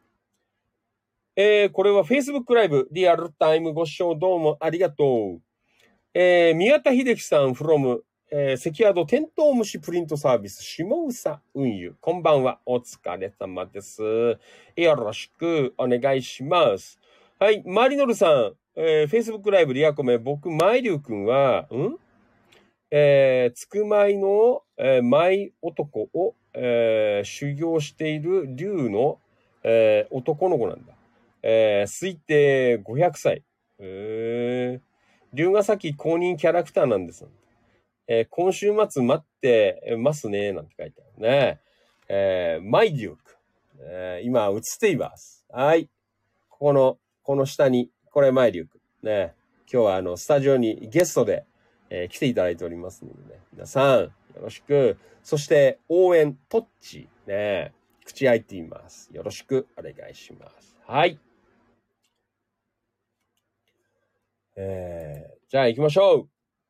えー、これは Facebook ライブ、リアルタイムご視聴どうもありがとう。えー、宮田秀樹さん from、えー、関宿テントウムシプリントサービス、下総運輸。こんばんは。お疲れ様です。よろしくお願いします。はい。マリノルさん、えー、Facebook ライブリアコメ、僕、マイリュウ君は、んえー、つくまいの、えー、舞男を、えー、修行している竜の、えー、男の子なんだ。えー、推定ごひゃくさい。へー。龍ヶ崎公認キャラクターなんです。えー、今週末待ってますね、なんて書いてあるね。えー、マイデューク。えー、今映っています。はい。ここの、この下に、これマイデューク。ね。今日はあの、スタジオにゲストで、えー、来ていただいておりますのでね。皆さん、よろしく。そして、応援、トッチ。ね。口開いています。よろしくお願いします。はい。えー、じゃあ行きましょう。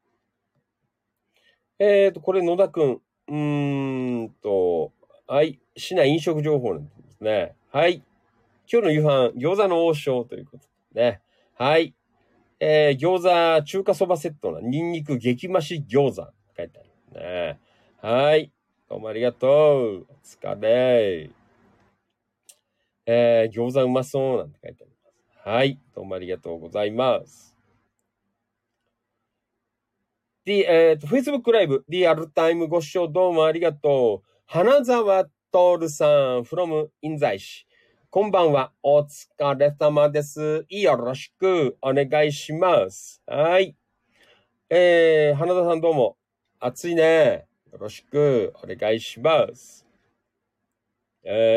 えーと、これ野田くん。うーんと、はい。市内飲食情報なんですね。はい。今日の夕飯、餃子の王将ということでね。はい。えー、餃子中華そばセットのニンニク激増し餃子書いてあるね。はい。どうもありがとう。お疲れ。えー、餃子うまそうなんて書いてあります。はい。どうもありがとうございます。 D、えっ、と、Facebook ライブ、リアルタイムご視聴どうもありがとう。花沢徹さん、from 印西市。こんばんは。お疲れ様です。よろしくお願いします。はい。えー、花田さんどうも。暑いね。よろしくお願いします。はい。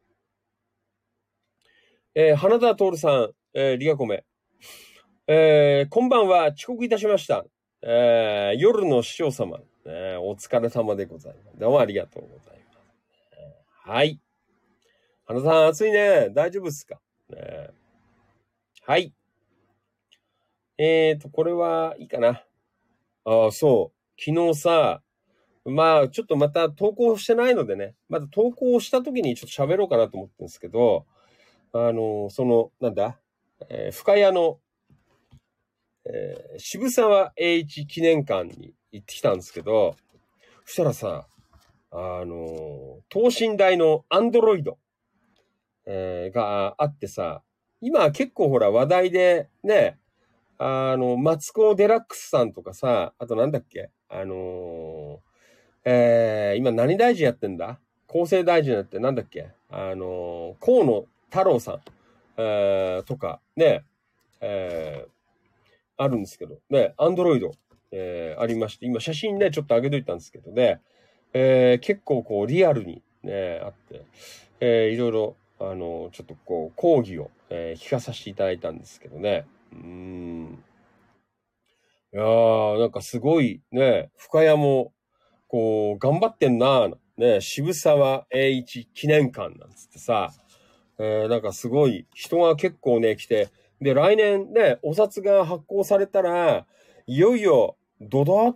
えー、花田徹さん、えー、リアコメ。えー、こんばんは。遅刻いたしました。えー、夜の師匠様、えー、お疲れ様でございます。どうもありがとうございます。えー、はい。花さん、暑いね。大丈夫ですか、ね、はい。えーと、これはいいかな。ああ、そう。昨日さ、まあ、ちょっとまた投稿してないのでね、また投稿した時にちょっと喋ろうかなと思ってるんですけど、あの、その、なんだ、えー、深谷の、えー、渋沢栄一記念館に行ってきたんですけど、そしたらさ、あの、等身大のアンドロイド、えー、があってさ、今結構ほら話題でね、あの、マツコ・デラックスさんとかさ、あとなんだっけあのー、えー、今何大臣やってんだ厚生大臣やってなんだっけあのー、河野太郎さん、えー、とか、ね、えー、あるんですけど、ね、アンドロイド、えー、ありまして、今写真ね、ちょっと上げといたんですけどね、えー、結構こうリアルにね、あって、えー、いろいろ、あの、ちょっとこう、講義を、えー、聞かさせていただいたんですけどね。うーん。いやー、なんかすごいね、深谷も、こう、頑張ってんなね、渋沢栄一記念館なんつってさ、えー、なんかすごい人が結構ね、来て、で、来年ね、お札が発行されたら、いよいよ、ドドって、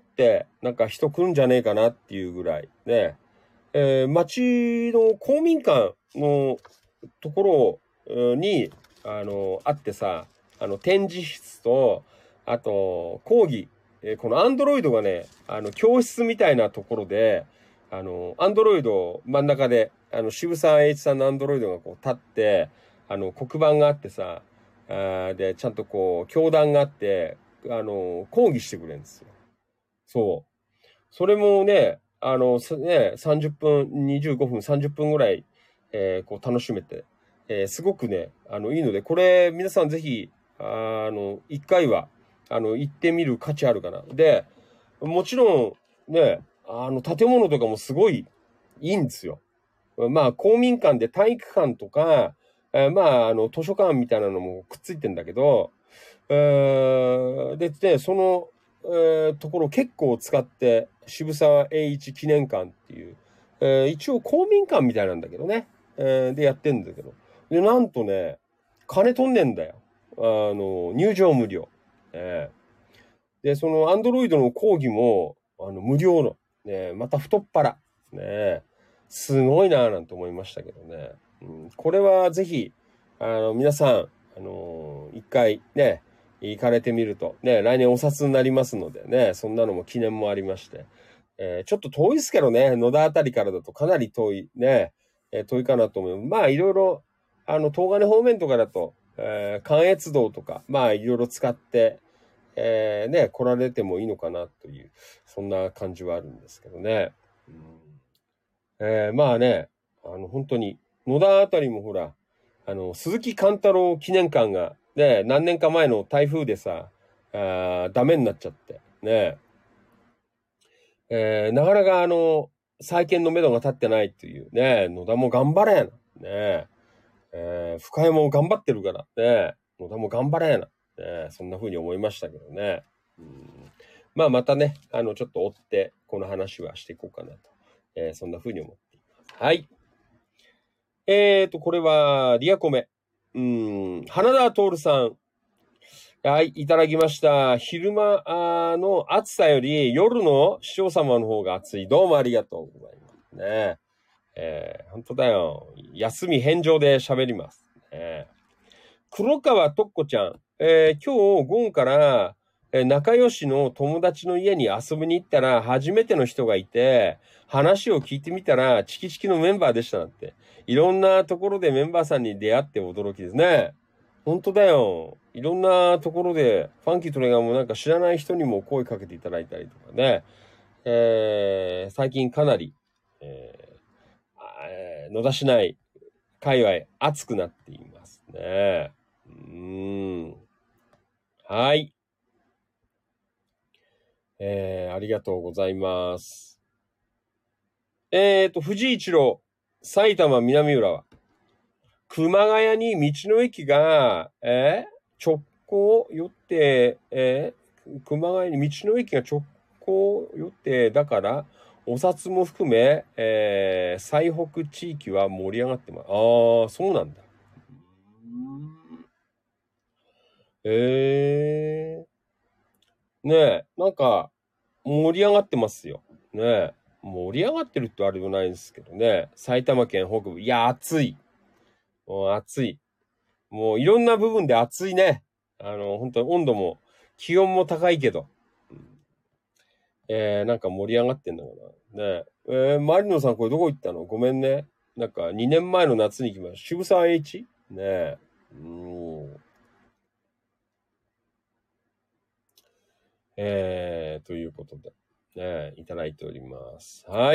なんか人来るんじゃねえかなっていうぐらい、ね、えー、町の公民館のところに、あの、あってさ、あの、展示室と、あと、講義、えー、このアンドロイドがね、あの、教室みたいなところで、あの、アンドロイド真ん中で、あの、渋沢栄一さんのアンドロイドがこう立って、あの、黒板があってさ、あで、ちゃんとこう、教壇があって、あの、講義してくれるんですよ。そう。それもね、あの、ね、さんじゅっぷん、にじゅうごふん、さんじゅっぷんぐらい、えー、こう楽しめて、えー、すごくね、あの、いいので、これ、皆さんぜひ、あの、一回は、あの、行ってみる価値あるかな。で、もちろん、ね、あの、建物とかもすごいいいんですよ。まあ、公民館で体育館とか、えー、まあ、あの、図書館みたいなのもくっついてんだけど、えー、で、で、その、えー、ところを結構使って、渋沢栄一記念館っていう、えー、一応公民館みたいなんだけどね、えー、でやってんだけど。で、なんとね、金取んねんだよ。あの、入場無料。えー、で、そのアンドロイドの講義も、あの、無料の。ね、また太っ腹。ね、すごいなぁなんて思いましたけどね。うん、これはぜひ、あの、皆さん、あのー、一回ね、行かれてみると、ね、来年お札になりますのでね、そんなのも記念もありまして、えー、ちょっと遠いですけどね、野田あたりからだとかなり遠い、ね、えー、遠いかなと思う。まあ、いろいろ、あの、東金方面とかだと、えー、関越道とか、まあ、いろいろ使って、えー、ね、来られてもいいのかなという、そんな感じはあるんですけどね。うん、えー、まあね、あの、本当に、野田あたりもほら、あの、鈴木貫太郎記念館が、ね、何年か前の台風でさ、あダメになっちゃって、ね、えー、なかなかあの、再建の目処が立ってないっていうね、野田も頑張れな、ね、えー、深谷も頑張ってるから、ね、野田も頑張れな、ね、そんな風に思いましたけどね。うん、まあまたね、あの、ちょっと追って、この話はしていこうかなと、えー、そんな風に思っています。はい。えーと、これは、リアコメ。うん、花田徹さん。はい、いただきました。昼間の暑さより夜の視聴様の方が暑い。どうもありがとうございますね。えー、本当だよ。休み返上で喋ります。ね、黒川とっこちゃん。えー、今日午後から、えー、仲良しの友達の家に遊びに行ったら初めての人がいて、話を聞いてみたらチキチキのメンバーでしたなんて。いろんなところでメンバーさんに出会って驚きですね。 本当だよ。いろんなところで、ファンキートレガーもなんか知らない人にも声かけていただいたりとかね。えー、最近かなり、えー、野田市内、界隈熱くなっていますね。うーん。はい。えー、ありがとうございます。えーと、藤井一郎、埼玉南浦和。熊谷に道の駅が、えー、直行予定、えー、熊谷に道の駅が直行予定だから、お札も含め、えー、最北地域は盛り上がってます。ああ、そうなんだ。えー、ねえ、なんか、盛り上がってますよ。ねえ、盛り上がってるってあれでもないんですけどね。埼玉県北部。いや、暑い。もう暑い。もういろんな部分で暑いね。あの、本当に温度も、気温も高いけど。えー、なんか盛り上がってんだからね。えー、マリノさんこれどこ行ったの？ごめんね。なんかにねんまえの夏に行きました。渋沢栄一ねえ。うーん。えー、ということで、ね、いただいております。はい。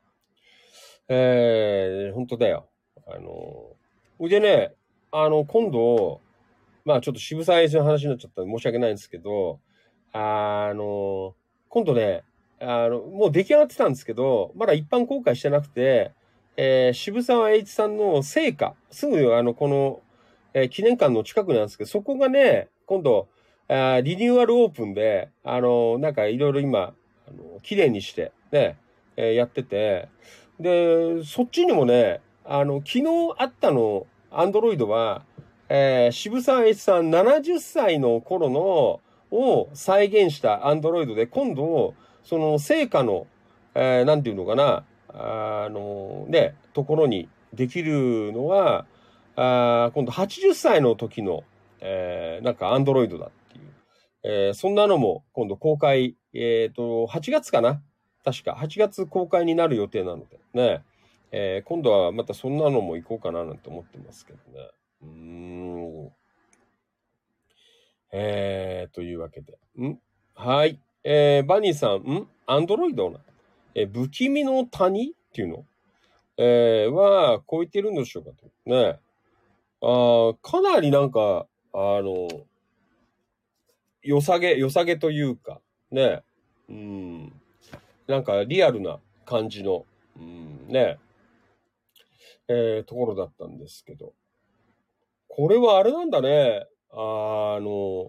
えー、本当だよ。あの、でね、あの、今度、まあちょっと渋沢栄一の話になっちゃったんで申し訳ないんですけど、あの、今度ね、あの、もう出来上がってたんですけど、まだ一般公開してなくて、えー渋沢栄一さんの生家、すぐあの、この、えー記念館の近くなんですけど、そこがね、今度、あーリニューアルオープンで、あの、なんかいろいろ今、あの、綺麗にして、ね、えーやってて、で、そっちにもね、あの、昨日あったの、アンドロイドは、えー渋沢栄一さんななじゅっさいの頃の、を再現したアンドロイドで、今度、その成果の、えーなんていうのかな、あの、ね、ところにできるのは、あ今度はちじゅっさいの時の、えーなんかアンドロイドだっていう。えーそんなのも今度公開、えっと、はちがつかな確か。はちがつ公開になる予定なのでね。えー今度はまたそんなのも行こうかななんて思ってますけどね。うーん。えー、というわけで。んはい。えー、バニーさん、んアンドロイドな。えー不気味の谷っていうのえー、は、超えてるんでしょうかと。ね。あーかなりなんか、あの、良さげ、良さげというか、ね。うん。なんかリアルな感じの、うん、ね、えー、ところだったんですけど。これはあれなんだね。あの、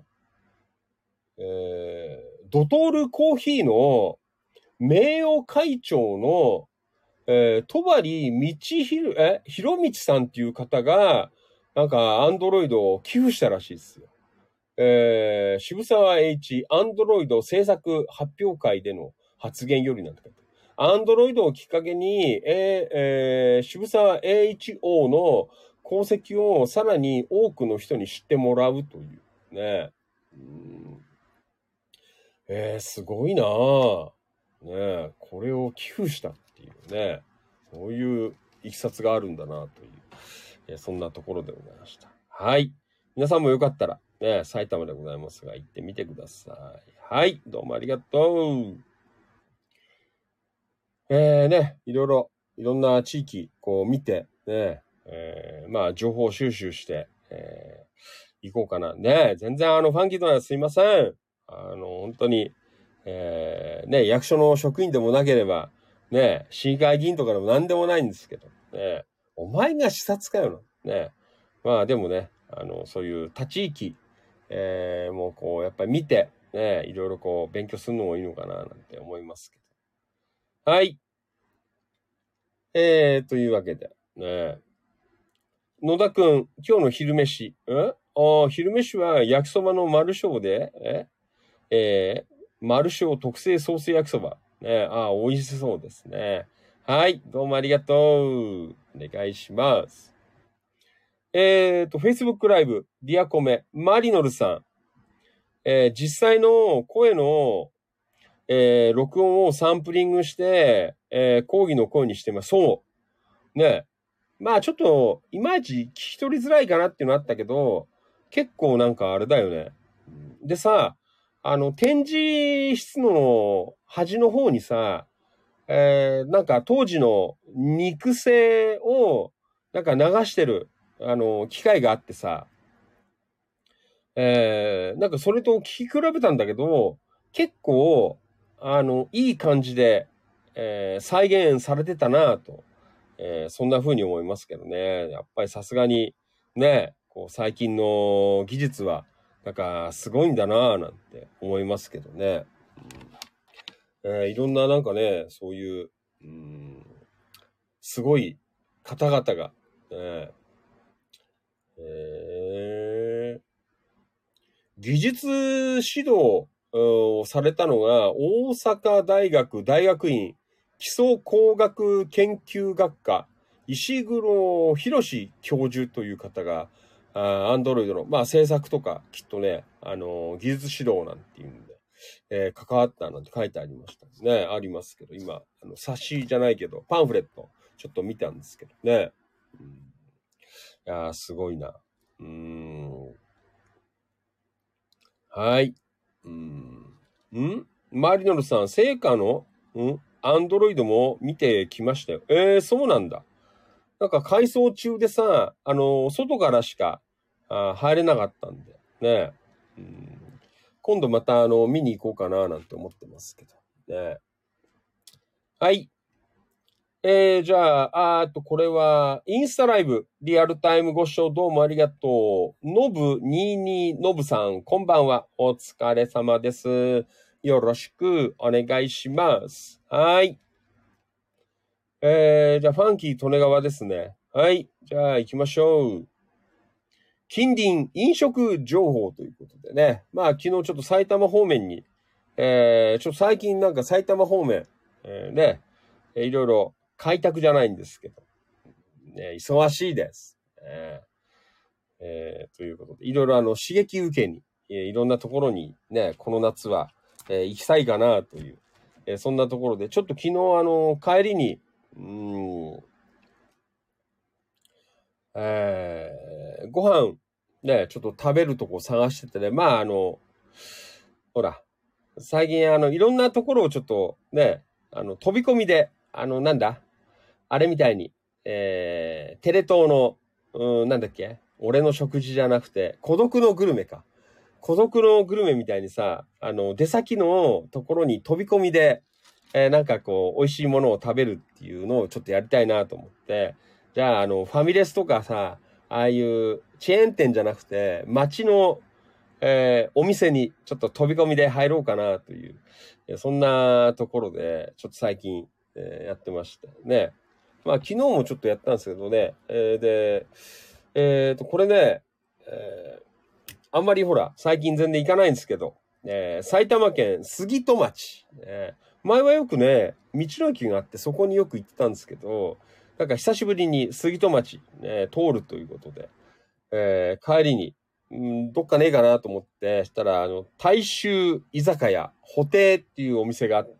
えー、ドトールコーヒーの名誉会長の、えー、戸張道弘、え、弘道さんっていう方が、なんか、アンドロイドを寄付したらしいですよ。えー、渋沢栄一、アンドロイド制作発表会での発言よりなんて書いてある。アンドロイドをきっかけに、えーえー渋沢栄一王の功績をさらに多くの人に知ってもらうというね。うんえー、すごいなぁ。ねえ、これを寄付したっていうね。そういういきさつがあるんだなという、えーそんなところでございました。はい。皆さんもよかったら、ね、埼玉でございますが、行ってみてください。はい。どうもありがとう。えー、ね、いろいろ、いろんな地域、こう見て、ね、えー、まあ、情報収集して、えー、行こうかな。ね、全然あの、ファンキーとはすいません。あの、本当に、えー、ね、役所の職員でもなければ、ね、市議会議員とかでも何でもないんですけど、ね、お前が視察かよな。ね、まあでもね、あの、そういう他地域、えー、もうこう、やっぱり見て、ね、いろいろこう、勉強するのもいいのかな、なんて思いますけど。はい。えー、というわけで、ね。野田くん、今日の昼飯、んああ、昼飯は焼きそばの丸小で、ええー、丸小特製ソース焼きそば。ね、ああ、美味しそうですね。はい、どうもありがとう。お願いします。えーと、Facebook ライブ、ディアコメ、マリノルさん。えー実際の声の、えー録音をサンプリングして、えー講義の声にしてます。そう。ね。まあちょっと、いまいち聞き取りづらいかなっていうのあったけど、 結構なんかあれだよね。でさ、あの、展示室の端の方にさ、えー、なんか当時の肉声をなんか流してる、あの、機械があってさ、えー、なんかそれと聞き比べたんだけど、結構、あの、いい感じで、えー、再現されてたなぁと、えー、そんな風に思いますけどね。やっぱりさすがに、ね、こう最近の技術は、なんかすごいんだなぁなんて思いますけどね。うん、えー、いろんななんかね、そういう、うん、すごい方々が、ね、えー、技術指導をされたのが、大阪大学大学院基礎工学研究学科、石黒博教授という方が、アンドロイドの、まあ、制作とか、きっとね、あの、技術指導なんていうんで、えー、関わったなんて書いてありましたね。ありますけど、今、あの、冊子じゃないけど、パンフレット、ちょっと見たんですけどね。うん、いやー、すごいな。うーん。はい。うん。んマリノルさん、成果のんアンドロイドも見てきましたよ。えー、そうなんだ。なんか改装中でさ、あの、外からしかあ入れなかったんで、ね。うん、今度また、あの、見に行こうかな、なんて思ってますけど。ね。はい。えー、じゃあ、あーと、これは、インスタライブ、リアルタイムご視聴どうもありがとう。のぶにじゅうにのぶさん、こんばんは。お疲れ様です。よろしくお願いします。はい。えー、じゃあ、ファンキー利根川ですね。はい。じゃあ、行きましょう。近隣飲食情報ということでね。まあ、昨日ちょっと埼玉方面に、えー、ちょっと最近なんか埼玉方面、えー、ね、いろいろ開拓じゃないんですけど、ね、忙しいです。えーえーということで、いろいろあの刺激受けに、えーいろんなところにね、この夏は、えー行きたいかなという、えーそんなところで、ちょっと昨日あの、帰りに、うーん、えーご飯、ね、ちょっと食べるとこ探しててね、まああの、ほら、最近あの、いろんなところをちょっとね、あの、飛び込みで、あの、なんだあれみたいに、えー、テレ東の、うん、なんだっけ俺の食事じゃなくて、孤独のグルメか。孤独のグルメみたいにさ、あの、出先のところに飛び込みで、えー、なんかこう、美味しいものを食べるっていうのをちょっとやりたいなと思って、じゃあ、あの、ファミレスとかさ、ああいうチェーン店じゃなくて、街の、えー、お店にちょっと飛び込みで入ろうかなという、そんなところで、ちょっと最近、えー、やってましたね。まあ、昨日もちょっとやったんですけどね。えー、で、えっと、これね、えーあんまりほら、最近全然行かないんですけど、えー埼玉県杉戸町、えー前はよくね、道の駅があってそこによく行ってたんですけど、なんか久しぶりに杉戸町、ね、通るということで、えー帰りに、うん、どっかねえかなと思って、したら、あの、大衆居酒屋、布袋っていうお店があって、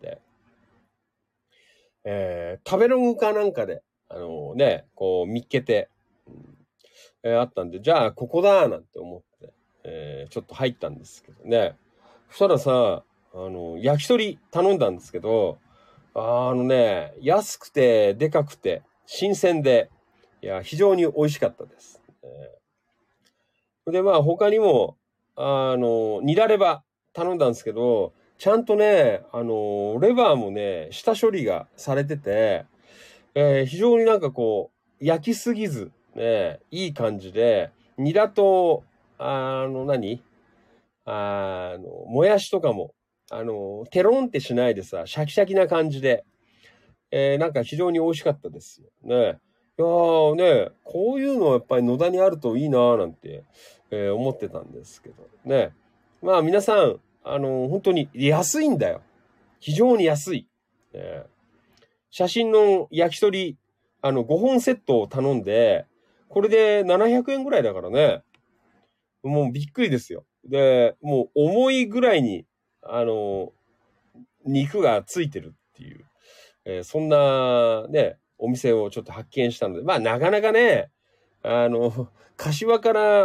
えー食べログかなんかで、あのね、こう見っけて、うんえーあったんで、じゃあここだーなんて思って、えーちょっと入ったんですけどね。そしたらさ、あの、焼き鳥頼んだんですけど、あのね、安くて、でかくて、新鮮で、いや、非常に美味しかったです。えーで、まあ他にも、あの、ニラレバ頼んだんですけど、ちゃんとね、あの、レバーもね、下処理がされてて、えー非常になんかこう、焼きすぎず、ね、いい感じで、ニラと、あの何、あの、もやしとかも、あの、テロンってしないでさ、シャキシャキな感じで、えーなんか非常に美味しかったですよ。ね。いやーね、こういうのはやっぱり野田にあるといいなーなんて、えー思ってたんですけど。ね。まあ皆さん、あの、本当に安いんだよ。非常に安い。ね、写真の焼き鳥、あの、ごほんセットを頼んで、これでななひゃくえんぐらいだからね。もうびっくりですよ。で、もう重いぐらいに、あの、肉がついてるっていう、えーそんなね、お店をちょっと発見したので、まあなかなかね、あの、柏から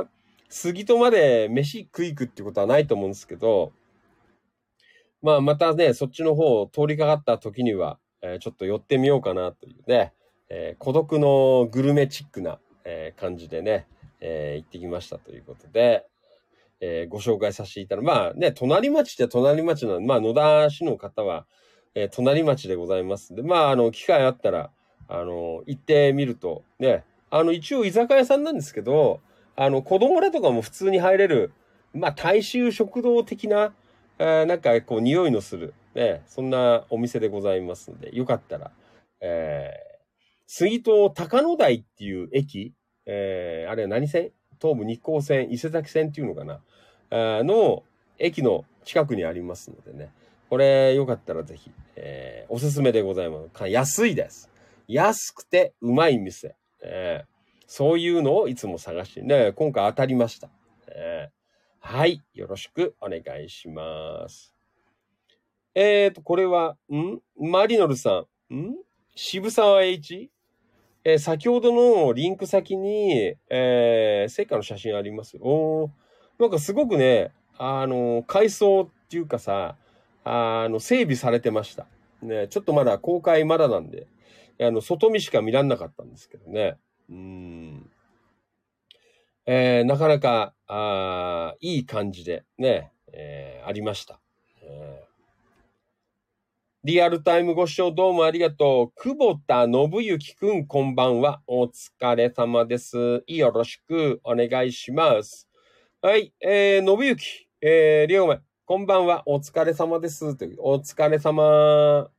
杉戸まで飯食い行くってことはないと思うんですけど、まあまたね、そっちの方を通りかかった時には、えー、ちょっと寄ってみようかなというね、えー、孤独のグルメチックな、えー、感じでね、えー、行ってきましたということで、えー、ご紹介させていただきます。まあね、隣町って隣町なので、まあ野田市の方は、えー、隣町でございますんで、まああの、機会あったら、あの、行ってみると、ね、あの、一応居酒屋さんなんですけど、あの、子供らとかも普通に入れる、まあ大衆食堂的な、えー、なんかこう匂いのする、ね、そんなお店でございますので、よかったら、えー、杉戸高野台っていう駅、えー、あれは何線？東武日光線、伊勢崎線っていうのかなあの駅の近くにありますのでね。これよかったらぜひ、えー、おすすめでございます。安いです。安くてうまい店。えー、そういうのをいつも探してね、今回当たりました。えーはい。よろしくお願いします。えーと、これは、んマリノルさん。ん渋沢栄一えー先ほどのリンク先に、えー、成果の写真ありますよ。おーなんかすごくね、あの、改装っていうかさ、あの、整備されてました。ね、ちょっとまだ公開まだなんで、あの、外見しか見らんなかったんですけどね。うーん。えー、なかなか、あーいい感じでね、えーありました。えーリアルタイムご視聴どうもありがとう。久保田信之くん、こんばんは。お疲れ様です。よろしくお願いします。はい、えー、信之、えー、りょうめ、こんばんは。お疲れ様です。というお疲れ様。はい。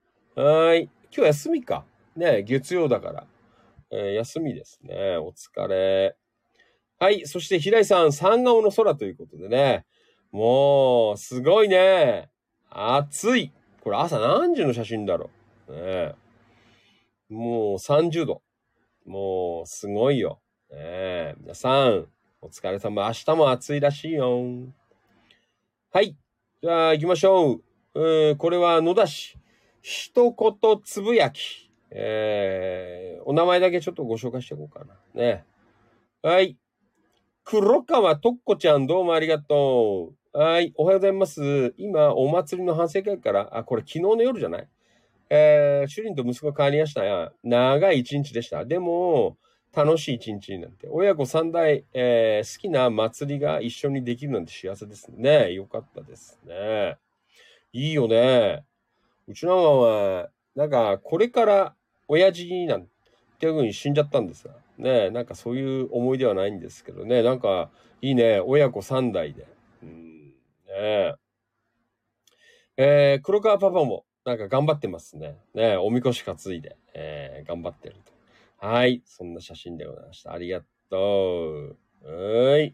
今日休みか。ね、月曜だから。えー、休みですね。お疲れ。はい。そして、平井さん、三顔の空ということでね。もう、すごいね。暑い。これ朝何時の写真だろう。ね、もうさんじゅうど。もう、すごいよ。ね、皆さん、お疲れ様。明日も暑いらしいよ。はい。じゃあ、行きましょう。えー、これは野田市。一言つぶやき。えー、お名前だけちょっとご紹介していこうかな。ね。はい。黒川とっこちゃん、どうもありがとう。はい。おはようございます。今、お祭りの反省会から、あ、これ昨日の夜じゃない？えー、主人と息子が帰りましたが、長い一日でした。でも、楽しい一日になって、親子三代、えー、好きな祭りが一緒にできるなんて幸せですね。よかったですね。いいよね。うちのママは、なんか、これから親父なんていう風に死んじゃったんですが、ね、なんかそういう思い出はないんですけどね、なんか、いいね。親子三代で。うん、ねえー、黒川パパも、なんか頑張ってますね。ねおみこし担いで、えー、頑張ってると。はい。そんな写真でございました。ありがとう。はーい。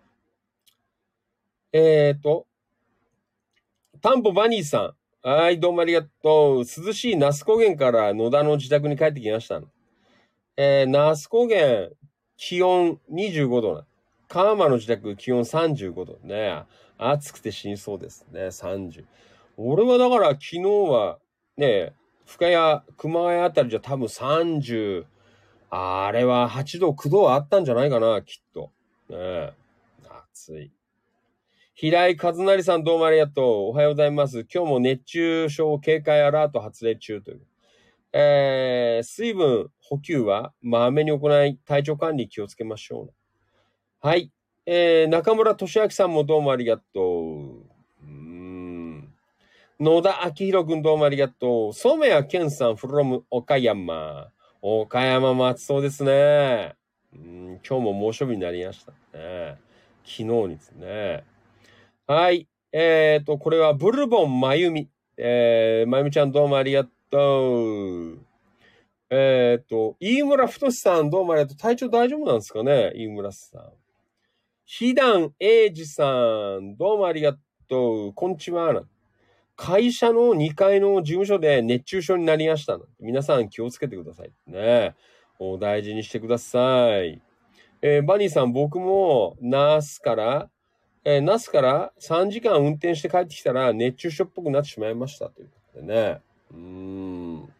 えーと、タンポバニーさん。はい、どうもありがとう。涼しい那須高原から野田の自宅に帰ってきました。えー、那須高原、気温にじゅうごどな。川間の自宅、気温さんじゅうごど。ね。暑くて死にそうですね。さんじゅう。俺はだから昨日は、ね、深谷、熊谷あたりじゃ多分さんじゅう、あれははちど、きゅうどはあったんじゃないかな、きっと。ね。暑い。平井和成さんどうもありがとう。おはようございます。今日も熱中症警戒アラート発令中という。えー、水分補給はまめに行い、体調管理気をつけましょう。はい。えー、中村俊明さんもどうもありがとう。うーん。野田明宏くんどうもありがとう。染谷健さん from 岡山。岡山も暑そうですね。うん、今日も猛暑日になりましたね。昨日にですね。はい。えっと、これはブルボンまゆみ。えー、まゆみちゃんどうもありがとう。えっと、飯村太さんどうもありがとう。体調大丈夫なんですかね、飯村さん。ひだんえいじさんどうもありがとう。こんにちは。会社のにかいの事務所で熱中症になりました。皆さん気をつけてくださいね。お大事にしてください。えー、バニーさん、僕もナースから、えー、ナスからさんじかん運転して帰ってきたら熱中症っぽくなってしまいましたということでね。うーん。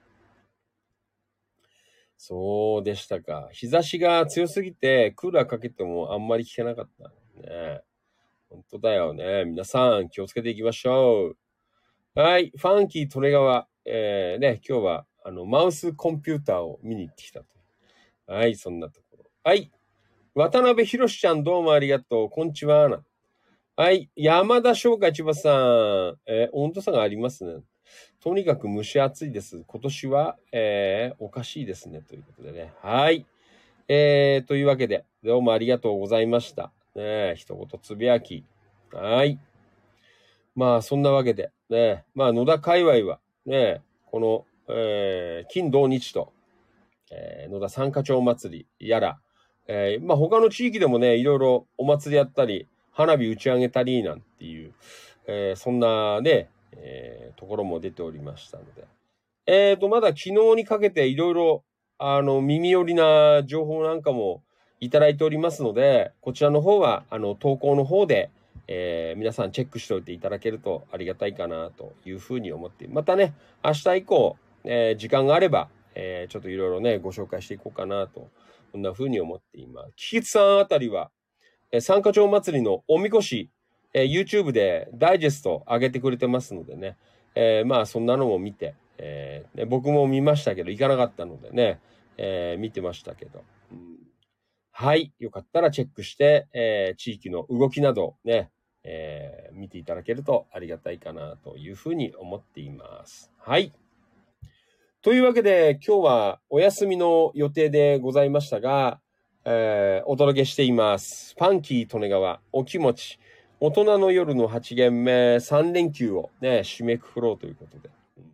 そうでしたか。日差しが強すぎてクーラーかけてもあんまり効けなかった。 ね。本当だよね。皆さん気をつけていきましょう。はい。ファンキー・トレガワ。えー、ね、今日は、あの、マウスコンピューターを見に行ってきたと。はい、そんなところ。はい。渡辺博ちゃん、どうもありがとう。こんにちは。はい。山田翔海千葉さん。えー、温度差がありますね。とにかく蒸し暑いです。今年は、えー、おかしいですね。ということでね。はい。えー、というわけで、どうもありがとうございました。ね、一言つぶやき。はい。まあ、そんなわけで、ね、まあ、野田界隈は、ね、この、えー、金土日と、えー、野田三花町祭りやら、えー、まあ、他の地域でもね、いろいろお祭りやったり、花火打ち上げたりなんていう、えー、そんなね、えー、ところも出ておりましたので。えーと、まだ昨日にかけていろいろ、あの、耳寄りな情報なんかもいただいておりますので、こちらの方は、あの、投稿の方で、えー、皆さんチェックしておいていただけるとありがたいかなというふうに思って、またね、明日以降、えー、時間があれば、えー、ちょっといろいろね、ご紹介していこうかなと、こんなふうに思っています。キキツさんあたりは、えー、三花町祭りのおみこし、えー、YouTube でダイジェスト上げてくれてますのでね、えー、まあそんなのも見て、えーね、僕も見ましたけど、行かなかったのでね、えー、見てましたけど、うん。はい。よかったらチェックして、えー、地域の動きなどね、えー、見ていただけるとありがたいかなというふうに思っています。はい。というわけで、今日はお休みの予定でございましたが、えー、お届けしています。ファンキー利根川お気持ち。大人の夜のはち限目さん連休をね、締めくくろうということで。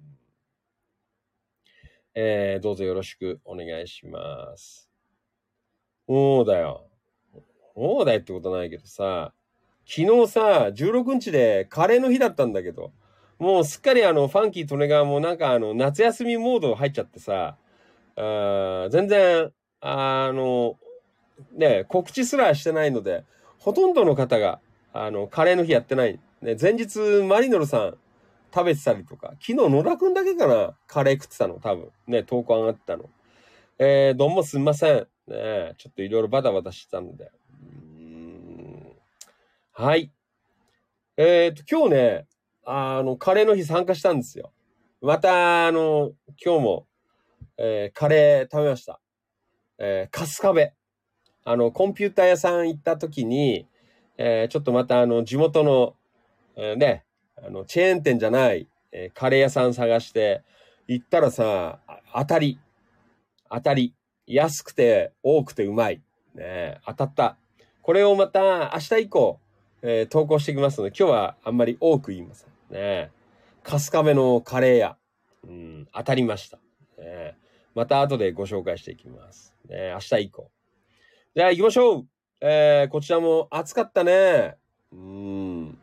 えー、どうぞよろしくお願いします。そうだよ。そうだよってことないけどさ、昨日さ、じゅうろくにちでカレーの日だったんだけど、もうすっかりあの、ファンキー利根川もなんかあの、夏休みモード入っちゃってさ、あ全然、あの、ね、告知すらしてないので、ほとんどの方が、あの、カレーの日やってない。ね、前日、マリノルさん食べてたりとか、昨日野田くんだけかな、カレー食ってたの、多分。ね、投稿上がってたの。えー、どうもすんません。ね、ちょっといろいろバタバタしてたので。うーんはい。えっと、今日ね、あの、カレーの日参加したんですよ。また、あの、今日も、えーカレー食べました。えー、カスカベ。あの、コンピューター屋さん行った時に、えーちょっとまたあの、地元の、えーね、あの、チェーン店じゃない、えーカレー屋さん探して、行ったらさ、あ当たり、当たり。安くて、多くてうまい。ね、当たった。これをまた明日以降、えー投稿していきますので、今日はあんまり多く言いません。ね、春日部のカレー屋。うん、当たりました。ね、また後でご紹介していきます。ね、明日以降。じゃあ行きましょう。えー、こちらも暑かったね。うーん。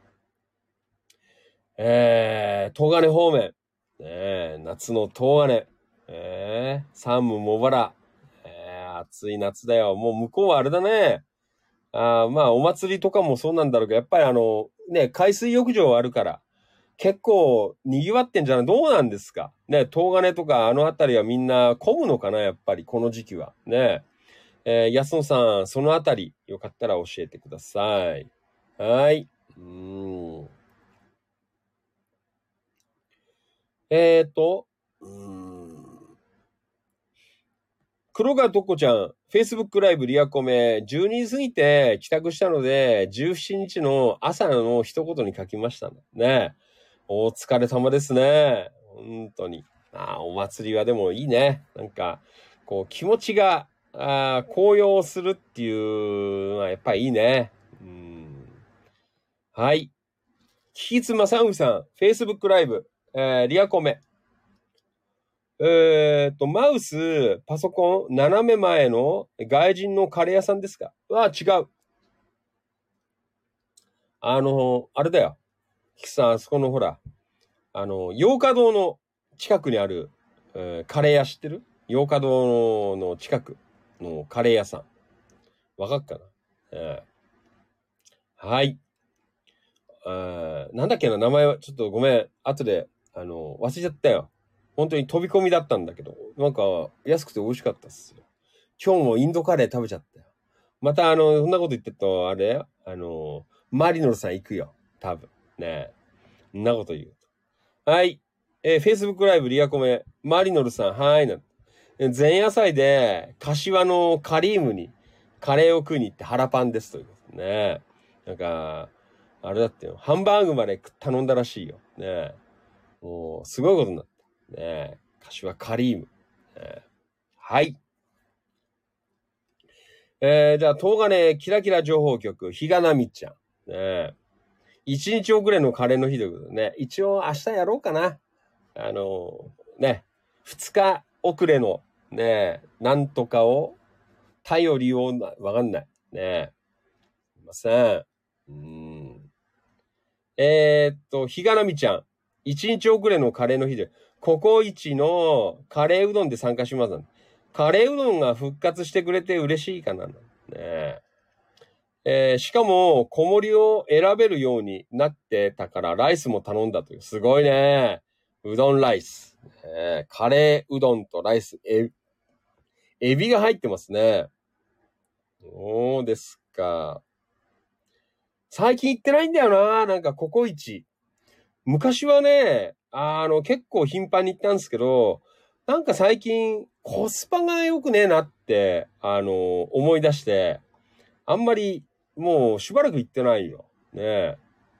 えー、東金方面。ねえ、夏の東金。えー、山武茂原。えー、暑い夏だよ。もう向こうはあれだね。あーまあ、お祭りとかもそうなんだろうけど、やっぱりあの、ね、海水浴場あるから、結構賑わってんじゃない？どうなんですかね、東金とかあの辺りはみんな混むのかなやっぱり、この時期は。ねえー、安野さん、そのあたり、よかったら教えてください。はい。うーん。えーと、うーん。黒川とっこちゃん、Facebook ライブリアコメ、じゅうにじ過ぎて帰宅したので、じゅうしちにちの朝の一言に書きましたね。お疲れ様ですね。本当に。ああ、お祭りはでもいいね。なんか、こう、気持ちが、あ高揚するっていうのはやっぱりいいね。うん。はい。キキツマサウさん、Facebook ライブ、えー、リアコメ。えーっと、マウス、パソコン、斜め前の外人のカレー屋さんですか？あ、違う。あの、あれだよ。キキさん、あそこのほら、あの、洋華堂の近くにある、えーカレー屋知ってる？洋華堂の近くのカレー屋さん。わかっかな？えーはい。あーなんだっけな、名前は、ちょっとごめん。後で、あの、忘れちゃったよ。本当に飛び込みだったんだけど、なんか、安くて美味しかったっすよ。今日もインドカレー食べちゃったよ。 また、あの、そんなこと言ってると、あれあの、マリノルさん行くよ。多分。ね。そんなこと言うと。はい。えー、Facebook ライブリアコメ。マリノルさん、はーい。なん前夜祭で、柏のカリームにカレーを食いに行って腹パンですということね。なんか、あれだってよ。ハンバーグまで頼んだらしいよ。ね。もう、すごいことになった。ね。柏カリーム。ね、はい。えー、じゃあ、東金キラキラ情報局、ひがなみちゃん。ね。一日遅れのカレーの日ということでね。一応明日やろうかな。あのー、ね。二日遅れの、ね、なんとかを、頼りを、わかんない。ね。すいません。うん。えー、っと、ひがなみちゃん。一日遅れのカレーの日で、ココイチのカレーうどんで参加します。カレーうどんが復活してくれて嬉しいかな。ねえー、しかも、小盛りを選べるようになってたから、ライスも頼んだという。すごいね。うどんライス。ね、カレーうどんとライス。え、エビが入ってますね。そうですか。最近行ってないんだよな。なんかココイチ。昔はね、あの、結構頻繁に行ったんですけど、なんか最近コスパが良くねえなって、あの、思い出して、あんまりもうしばらく行ってないよ。ね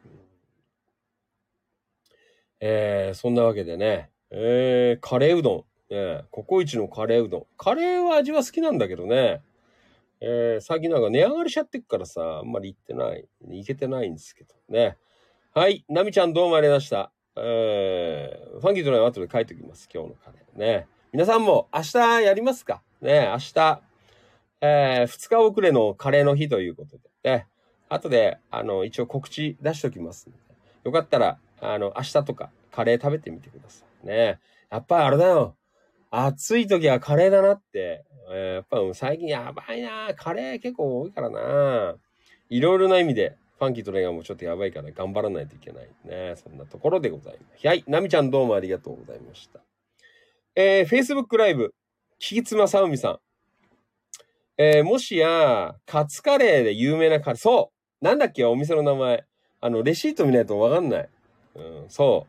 え。えー、そんなわけでね。えー、カレーうどん。ね、ココイチのカレーうどん。カレーは味は好きなんだけどね。えー、最近なんか値上がりしちゃってっからさ、あんまり行ってない。行けてないんですけどね。はい。ナミちゃんどうもありがとうございました。えー、ファンキーとの後で書いておきます。今日のカレーね。皆さんも明日やりますかね。明日、えー、二日遅れのカレーの日ということで、ね。後で、あの、一応告知出しておきますので。よかったら、あの、明日とかカレー食べてみてくださいね。やっぱりあれだよ。暑い時はカレーだなって。えー、やっぱ最近やばいな。カレー結構多いからな。いろいろな意味で、ファンキートレガーもちょっとやばいから頑張らないといけないね。そんなところでございます。はい。ナミちゃんどうもありがとうございました。えー、Facebook ライブ、キキツマサウミさん。えー、もしや、カツカレーで有名なカレー、そう。なんだっけお店の名前。あの、レシート見ないとわかんない。うん、そう。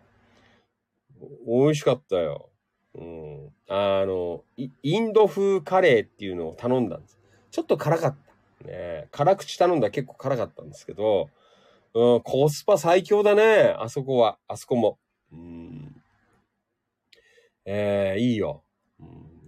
美味しかったよ。うん。あの、インド風カレーっていうのを頼んだんです。ちょっと辛かった。ね、辛口頼んだら結構辛かったんですけど、うん、コスパ最強だね。あそこは。あそこも。うん、えー、いいよ。うん、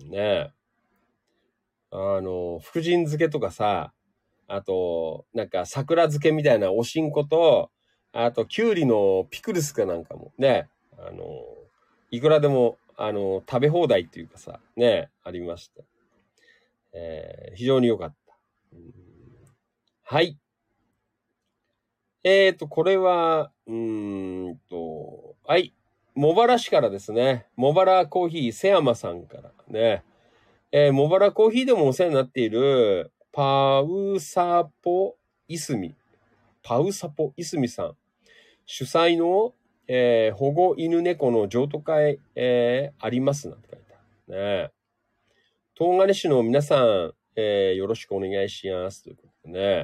ねあの、福神漬けとかさ、あと、なんか桜漬けみたいなおしんこと、あと、きゅうりのピクルスかなんかもね、あの、いくらでも、あの、食べ放題っていうかさ、ね、ありました。えー、非常に良かった。うん、はい。えーと、これは、うーんと、はい。茂原市からですね。茂原コーヒー、瀬山さんからね。えー、茂原コーヒーでもお世話になっている、パウサポイスミ。パウサポイスミさん。主催の、えー、保護犬猫の譲渡会、えー、ありますなんて書いてある。ね。東金市の皆さん、えー、よろしくお願いします。ということでね。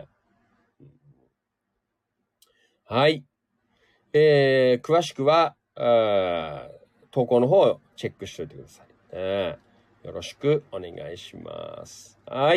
はい。えー、詳しくは、投稿の方をチェックしておいてください、ね。よろしくお願いします。はい。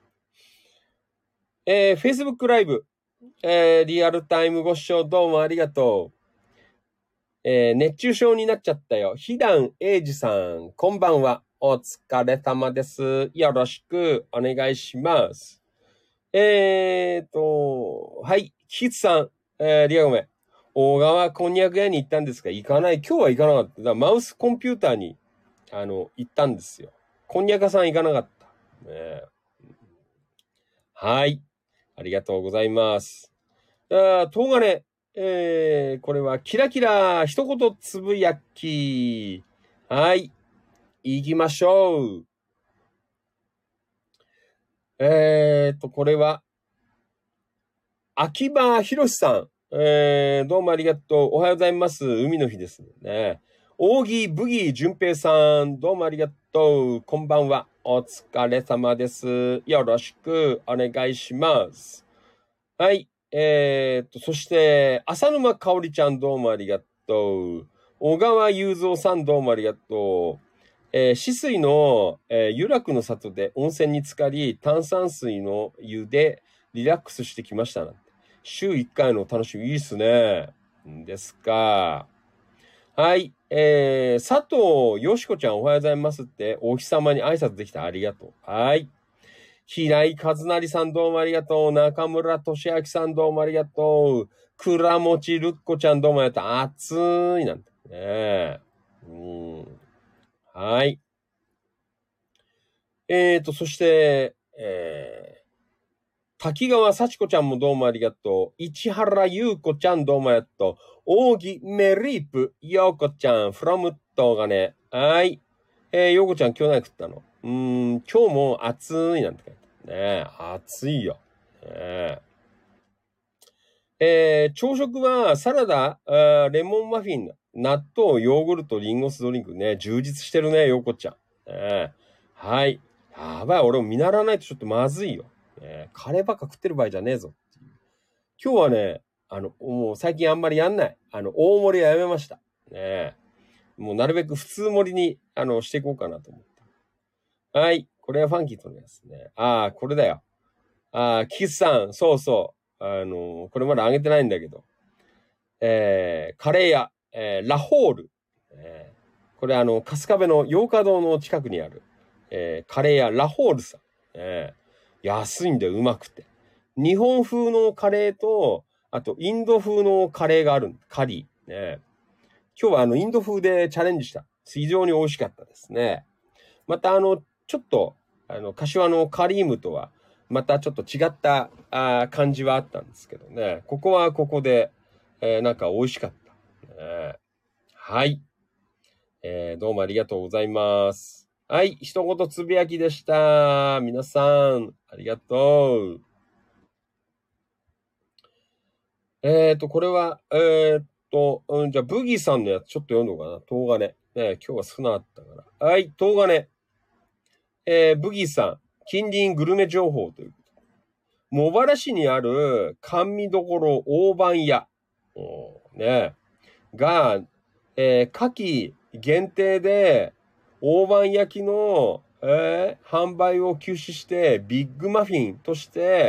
えー、Facebook ライブ、えー、リアルタイムご視聴どうもありがとう。えー、熱中症になっちゃったよ。ひだんえいじさん、こんばんは。お疲れ様です。よろしくお願いします。えーと、はい、キツさん、えー、リアゴメ。大川こんにゃく屋に行ったんですが、行かない。今日は行かなかった。だからマウスコンピューターに、あの、行ったんですよ。こんにゃく屋さん行かなかった。ね、はい。ありがとうございます。あ、東金。えー、これは、キラキラ、一言つぶやき。はい。行きましょう。えーと、これは、秋葉博さん。えー、どうもありがとう。おはようございます。海の日ですね。 扇ブギー淳平さん、どうもありがとう。こんばんは。お疲れ様です。よろしくお願いします。はい。えー、っと、そして、浅沼かおりちゃん、どうもありがとう。小川雄三さん、どうもありがとう。えー、止水の、えー、湯楽の里で温泉に浸かり、炭酸水の湯でリラックスしてきましたなんて。週いっかいの楽しみ、いいっすね。ですか。はい。えー、佐藤よしこちゃんおはようございますって、お日様に挨拶できたありがとう。はい。平井和成さんどうもありがとう。中村俊明さんどうもありがとう。倉持るっこちゃんどうもありがとう。暑いなんてね。うん。はい。えーと、そして、えー、滝川幸子ちゃんもどうもありがとう。市原優子ちゃんどうもありがとう。扇メリープ、ようこちゃん、フロム動画ね。はい。えー、ようこちゃん今日何食ったの？うーん、今日も暑いなんて書いてあるね。暑いよ。ねえー、朝食はサラダ、あレモンマフィン、納豆、ヨーグルト、リンゴ酢ドリンクね。充実してるね、ようこちゃん。ね、はい。やばい、俺も見習わないとちょっとまずいよ。ね、カレーばっか食ってる場合じゃねえぞ。今日はね、あの、もう最近あんまりやんない。あの、大盛りはやめました。ね、もうなるべく普通盛りに、あの、していこうかなと思って。はい。これはファンキーとのやつね。ああ、これだよ。ああ、キスさん、そうそう。あの、これまだあげてないんだけど。えー、カレー屋、えー、ラホール。えー、これあの、春日部の洋華堂の近くにある、えー、カレー屋ラホールさん。えー、安いんでうまくて。日本風のカレーと、あとインド風のカレーがある。カリー。ね、今日はあの、インド風でチャレンジした。非常に美味しかったですね。またあの、ちょっと、あの、柏のカリームとは、またちょっと違ったあ感じはあったんですけどね。ここはここで、えー、なんか美味しかった。ね、はい、えー。どうもありがとうございます。はい。一言つぶやきでした。皆さん、ありがとう。えっと、これは、えー、っと、うん、じゃあ、ブギーさんのやつちょっと読んどうかな。東金。ね、今日は少なかったから。はい、東金。えー、ブギーさん、近隣グルメ情報という。茂原市にある甘味どころ大番屋、ね、が、えー、夏季限定で大判焼きの、えー、販売を休止してビッグマフィンとして、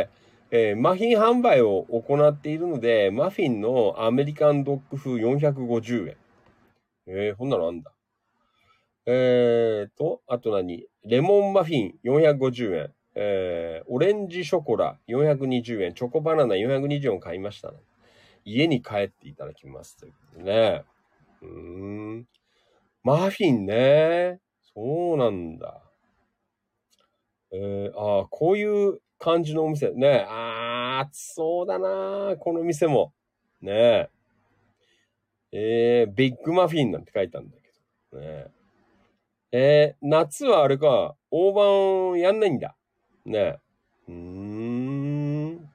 えー、マフィン販売を行っているので、マフィンのアメリカンドッグ風よんひゃくごじゅうえん。えー、こんなのあんだ。えーと、あと何？レモンマフィンよんひゃくごじゅうえん。えー、オレンジショコラよんひゃくにじゅうえん。チョコバナナよんひゃくにじゅうえんを買いましたね。家に帰っていただきますということでね。うーん。マフィンね。そうなんだ。えー、ああ、こういう感じのお店。ね。ああ、暑そうだな。この店も。ねえ。えー、ビッグマフィンなんて書いたんだけど。ねえー、夏はあれか、大盤やんないんだ。ねえ。うーん。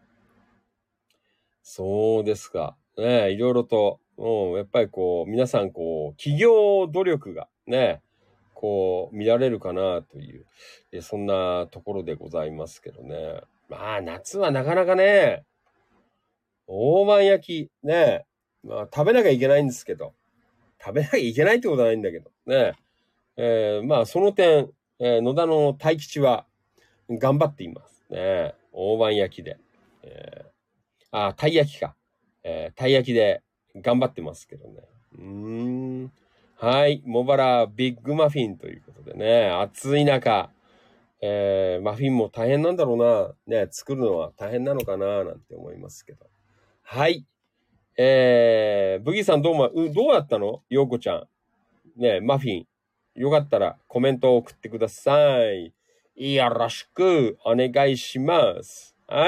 そうですか。ねえ、いろいろと、うん、やっぱりこう、皆さんこう、企業努力がね、こう、見られるかなという、えそんなところでございますけどね。まあ、夏はなかなかね、大判焼き、ね、まあ、食べなきゃいけないんですけど、食べなきゃいけないってことはないんだけど、ね。えー、まあ、その点、えー、野田の大吉は頑張っています。ね。大判焼きで。えー、あ、たい焼きか。えー、たい焼きで頑張ってますけどね。うーん。はい。茂原ビッグマフィンということでね。暑い中、えー、マフィンも大変なんだろうな。ね。作るのは大変なのかななんて思いますけど。はい。えー、ブギーさんどうも、うどうやったの？ようこちゃん。ね、マフィン。よかったらコメントを送ってください。よろしくお願いします。はい。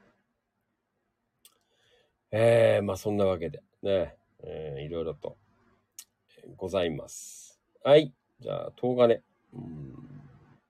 えー、まあそんなわけでね、えー、いろいろとございます。はい。じゃあ、東金。うーん。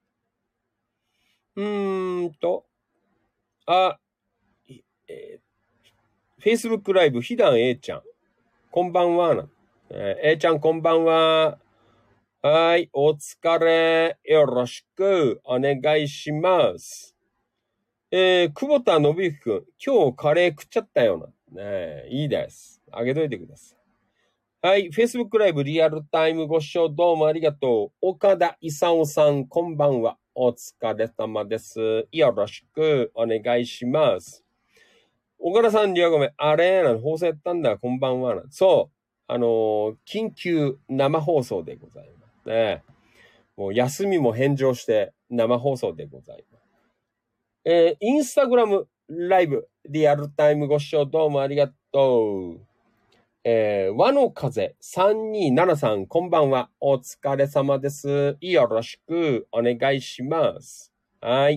うーんと、あ、えー、Facebook ライブ、ひだん A ちゃん。こんばんは。 えー、A ちゃんこんばんは。はい、お疲れ。よろしくお願いします。えー、久保田信之くん、今日カレー食っちゃったよな。ねえ、いいです。あげといてください。はい、Facebook ライブリアルタイムご視聴どうもありがとう。岡田勲さん、こんばんは。お疲れ様です。よろしくお願いします。岡田さんにはごめん。あれなん放送やったんだ。こんばんは。そう。あのー、緊急生放送でございますね。もう休みも返上して生放送でございます。えー、インスタグラムライブリアルタイムご視聴どうもありがとう。えー、和の風さんにーななさんこんばんは。お疲れ様です。よろしくお願いします。はい。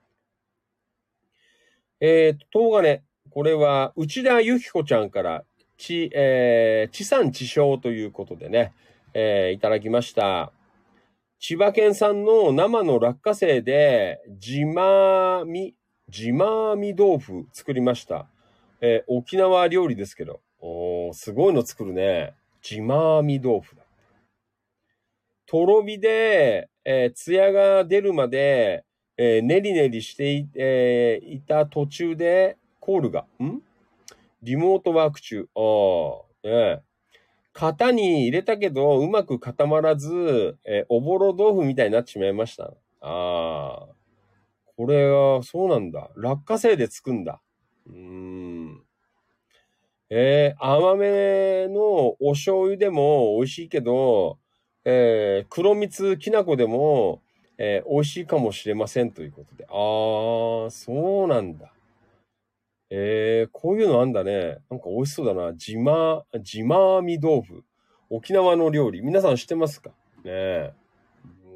えーと、東金。これは内田由紀子ちゃんから地、えー、地産地消ということでね、えー、いただきました。千葉県産の生の落花生で、地まみ、地まみ豆腐作りました。えー、沖縄料理ですけど、おー、すごいの作るね。地まみ豆腐だ。とろ火で、えー、艶が出るまで、えー、ねりねりしてい、えー、いた途中で、コールが、んリモートワーク中。ああ、ねえ。型に入れたけど、うまく固まらず、えーおぼろ豆腐みたいになってしまいました。ああ、これは、そうなんだ。落花生でつくんだ。うーん。えー、甘めのお醤油でも美味しいけど、えー、黒蜜きな粉でも、えー美味しいかもしれませんということで。ああ、そうなんだ。えー、こういうのあんだね。なんか美味しそうだな。じま、じまーみ豆腐。沖縄の料理。皆さん知ってますかねえ。うん。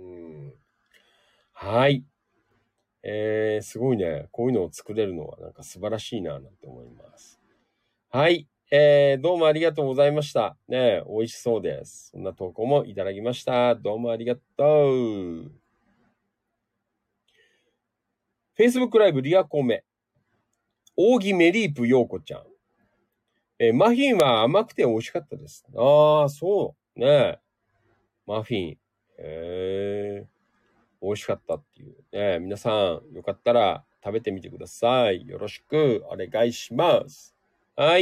はい。えー、すごいね。こういうのを作れるのはなんか素晴らしいな、なんて思います。はい。えー、どうもありがとうございました。ねえ、美味しそうです。そんな投稿もいただきました。どうもありがとう。Facebook ライブリアコメ。扇メリープ陽子ちゃん。えーマフィンは甘くて美味しかったです。ああ、そうねえ。マフィン。へえ、美味しかったっていう。ねえ、皆さん、よかったら食べてみてください。よろしくお願いします。はい。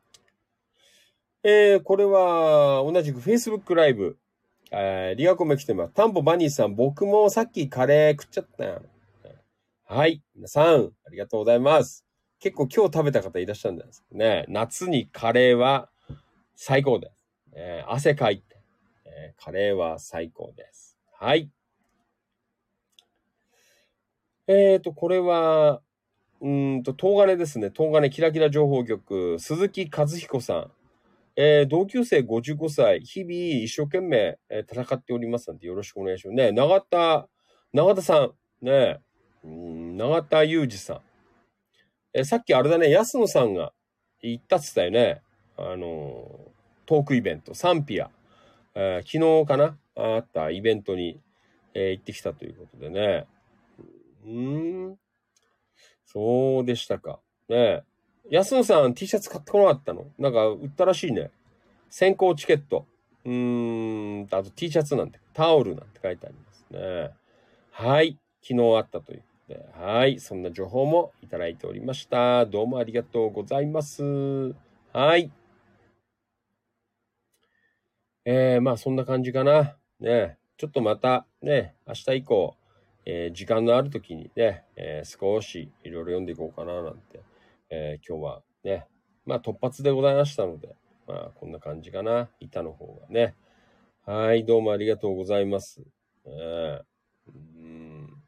えー、これは、同じく Facebook ライブ。えー、リアコメ来てます。タンポバニーさん、僕もさっきカレー食っちゃったよ。はい。皆さん、ありがとうございます。結構今日食べた方いらっしゃるんじゃないですかね。夏にカレーは最高です。えー、汗かいて、えー、カレーは最高です。はい。えーと、これは、うーんと、東金ですね。東金キラキラ情報局、鈴木和彦さん。えー、同級生ごじゅうごさい、日々一生懸命、えー戦っておりますのでよろしくお願いします。ね、永田、永田さん、ね、うーん永田裕二さん。えーさっきあれだね、安野さんが行ったっつったよね。あのートークイベント、サンピア。えー昨日かなあったイベントに、えー行ってきたということでね。うーん、そうでしたか。ね安野さん T シャツ買ってこなかったのなんか売ったらしいね。先行チケット。うーん、あと T シャツなんて、タオルなんて書いてありますね。はい。昨日あったということで、はい。そんな情報もいただいておりました。どうもありがとうございます。はい。えー、まあそんな感じかな。ね。ちょっとまたね、明日以降、えー時間のある時にね、えー少しいろいろ読んでいこうかななんて、えー今日はね、まあ突発でございましたので、まあこんな感じかな。板の方がね。はい、どうもありがとうございます。えーうん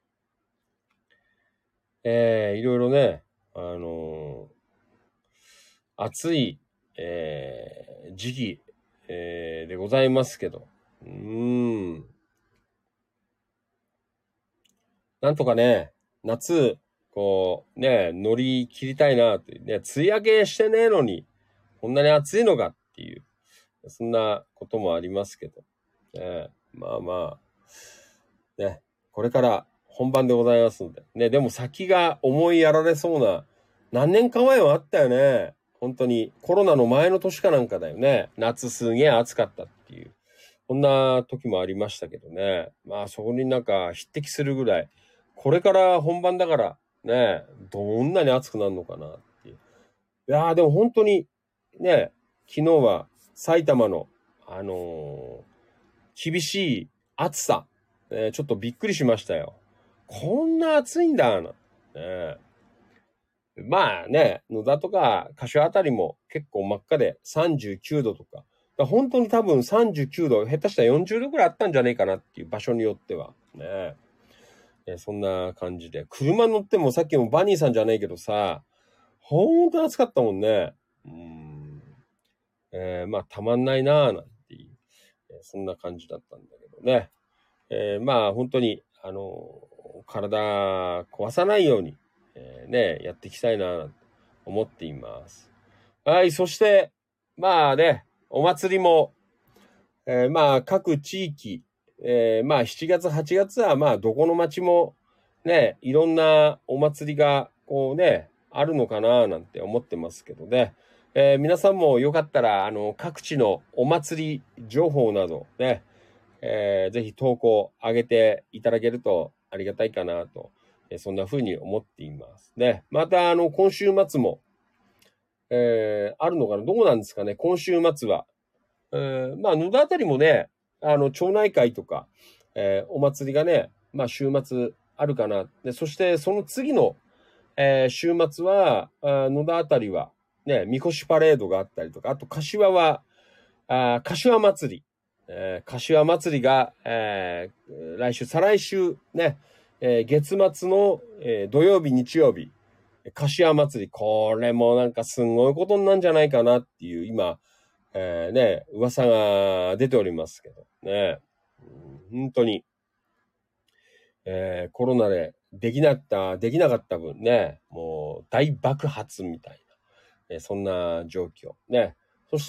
えーいろいろね、あのー暑い、えー時期、えーでございますけど、うーん、なんとかね、夏、こう、ね、乗り切りたいなというね、梅雨明けしてねえのに、こんなに暑いのかっていう、そんなこともありますけど、ね、まあまあ、ね、これから本番でございますので、ね、でも先が思いやられそうな、何年か前はあったよね。 本当にコロナの前の年かなんかだよね。夏すげえ暑かったっていう。こんな時もありましたけどね。まあそこになんか匹敵するぐらい、これから本番だからね、どんなに暑くなるのかなっていう。いやーでも本当にね、昨日は埼玉の、あのー厳しい暑さ、えーちょっとびっくりしましたよ。こんな暑いんだな。ね、まあね、野田とか柏あたりも結構真っ赤でさんじゅうきゅうどとか。だから本当に多分さんじゅうきゅうど、下手したらよんじゅうどぐらいあったんじゃねえかなっていう場所によっては。ねえーそんな感じで。車乗ってもさっきもバニーさんじゃないけどさ、ほんと暑かったもんね。うん。えーまあたまんないなぁなんていう、えーそんな感じだったんだけどね。えーまあ本当に、あのー体壊さないように、えーね、やっていきたいなぁなんて思っています。はい、そして、まあね、お祭りも、えーまあ各地域、えーまあしちがつ、はちがつはまあどこの町もね、いろんなお祭りがこうね、あるのかななんて思ってますけどね。えー皆さんもよかったら、あの、各地のお祭り情報などね、えーぜひ投稿上げていただけるとありがたいかなと、えーそんな風に思っていますね。また、あの、今週末も、えーあるのかな、どうなんですかね、今週末は。えーまあ、野田あたりもね、あの、町内会とか、えーお祭りがね、まあ、週末あるかな。で、そして、その次の、えー週末は、あ野田あたりは、ね、みこしパレードがあったりとか、あと、柏は、あ柏祭り、えー柏祭りが、えー来週、再来週、ね、えー月末の、えー土曜日、日曜日、柏祭り、これもなんかすんごいことになるんじゃないかなっていう、今、えーね、噂が出ておりますけどね。うん、本当に、えーコロナでできなかった、できなかった分ね、もう大爆発みたいな、えーそんな状況。ね。そして、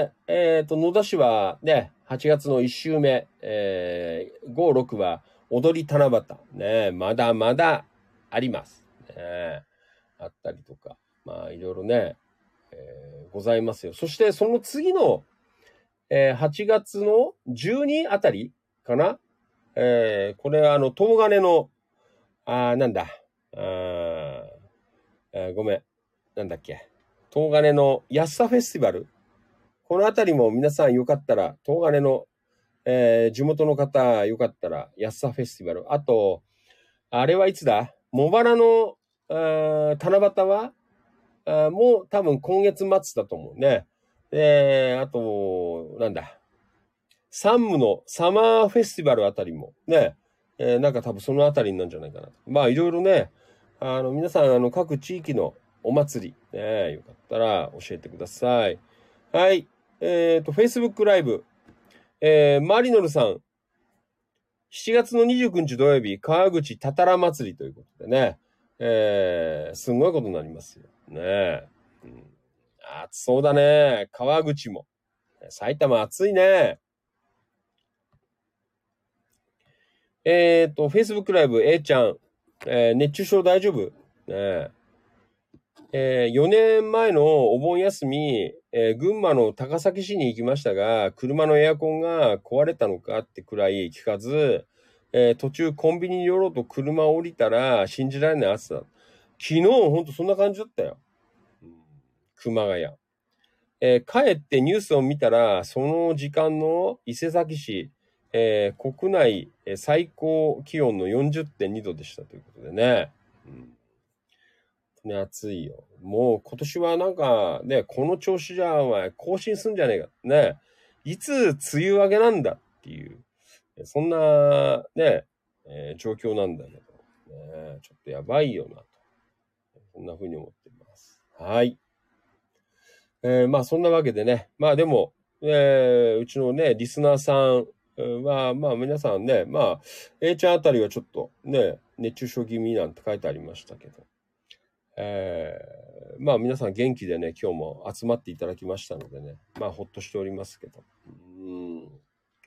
えっと、野田市はね、はちがつのいっ週目、えー、ご、ろくは踊り七夕。ね、まだまだあります。ね、あったりとか。まあ、いろいろね、えーございますよ。そして、その次の、えーはちがつのじゅうにあたりかな、えーこれはあの、東金の、あー、なんだ、あー、えーごめん、なんだっけ、東金の安さフェスティバル。このあたりも皆さんよかったら、東金の、えー地元の方よかったら、安さフェスティバル。あと、あれはいつだ、茂原の、あー七夕はあーもう多分今月末だと思うね。で、あと、なんだ、サンムのサマーフェスティバルあたりもね、えーなんか多分そのあたりになるんじゃないかなと。まあいろいろね、あの皆さんあの各地域のお祭り、ね、よかったら教えてください。はい。えっと、Facebook ライブ、えー、マリノルさん、しちがつのにじゅうくにち土曜日、川口たたら祭りということでね、えー、すんごいことになりますよ。ね、うん、暑そうだね。川口も。埼玉暑いね。えっと、Facebook ライブ、A ちゃん、えー熱中症大丈夫ねえーよねんまえのお盆休み、えー群馬の高崎市に行きましたが、車のエアコンが壊れたのかってくらい聞かず、えー途中コンビニに寄ろうと車を降りたら信じられない暑さだ。昨日ほんとそんな感じだったよ。うん、熊谷。えー帰ってニュースを見たら、その時間の伊勢崎市、えー国内えー最高気温の よんじゅってんにどでしたということでね。うん、ね、暑いよ。もう今年はなんかね、この調子じゃお前更新すんじゃねえか。ね。いつ梅雨明けなんだっていう、そんなね、えー状況なんだけど、ね、ちょっとやばいよなと。そんな風に思っています。はい。えーまあそんなわけでね、まあでも、えーうちのね、リスナーさんは、まあ皆さんね、まあ、A ちゃんあたりはちょっとね、熱中症気味なんて書いてありましたけど、えーまあ皆さん元気でね、今日も集まっていただきましたのでね、まあほっとしておりますけど。うん。い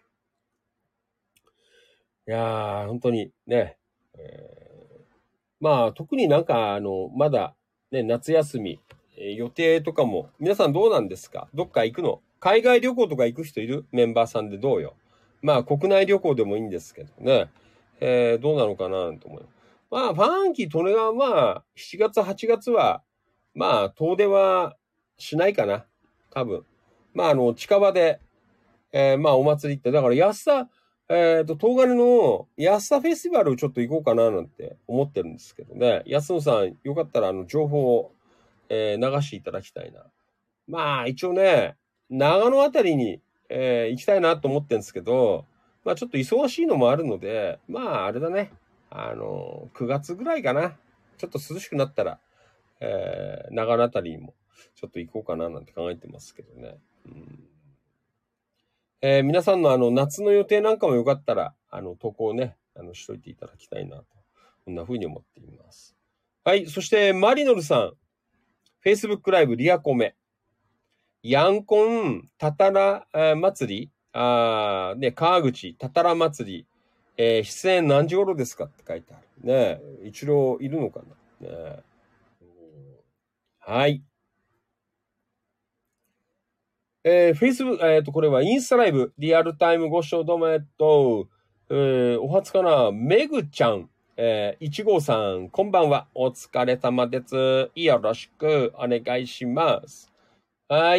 やー、本当にね、えーまあ特になんかあの、まだね、夏休み、 えー、予定とかも、皆さんどうなんですか？どっか行くの？海外旅行とか行く人いる？メンバーさんでどうよ。まあ、国内旅行でもいいんですけどね。えー、どうなのかなと思う。まあ、ファンキー・トネガはまあ、しちがつ、はちがつは、まあ、遠出はしないかな。多分。まあ、あの、近場で、えー、まあ、お祭り行って、だから安さ、えっと、東金の安さフェスティバルちょっと行こうかななんて思ってるんですけどね。安野さん、よかったらあの、情報を、えー、流していただきたいな。まあ、一応ね、長野あたりに、えー、行きたいなと思ってるんですけど、まあ、ちょっと忙しいのもあるので、まあ、あれだね。あの、くがつぐらいかな。ちょっと涼しくなったら、えー、長野あたりにも、ちょっと行こうかななんて考えてますけどね。うんえー、皆さんのあの、夏の予定なんかもよかったら、あの、投稿をね、あの、しといていただきたいなと。こんな風に思っています。はい。そして、マリノルさん。Facebook ライブリアコメ。ヤンコン、タタラ、えー、祭りあー、ね、川口、タタラ祭り。えー、出演何時頃ですかって書いてある。ね一郎いるのかなねはい。えー、Facebook、えっ、ー、と、これはインスタライブ、リアルタイムご視聴どうもえっと、えー、お初かな、めぐちゃん、えー、いち号さん、こんばんは。お疲れ様です。よろしくお願いします。はい。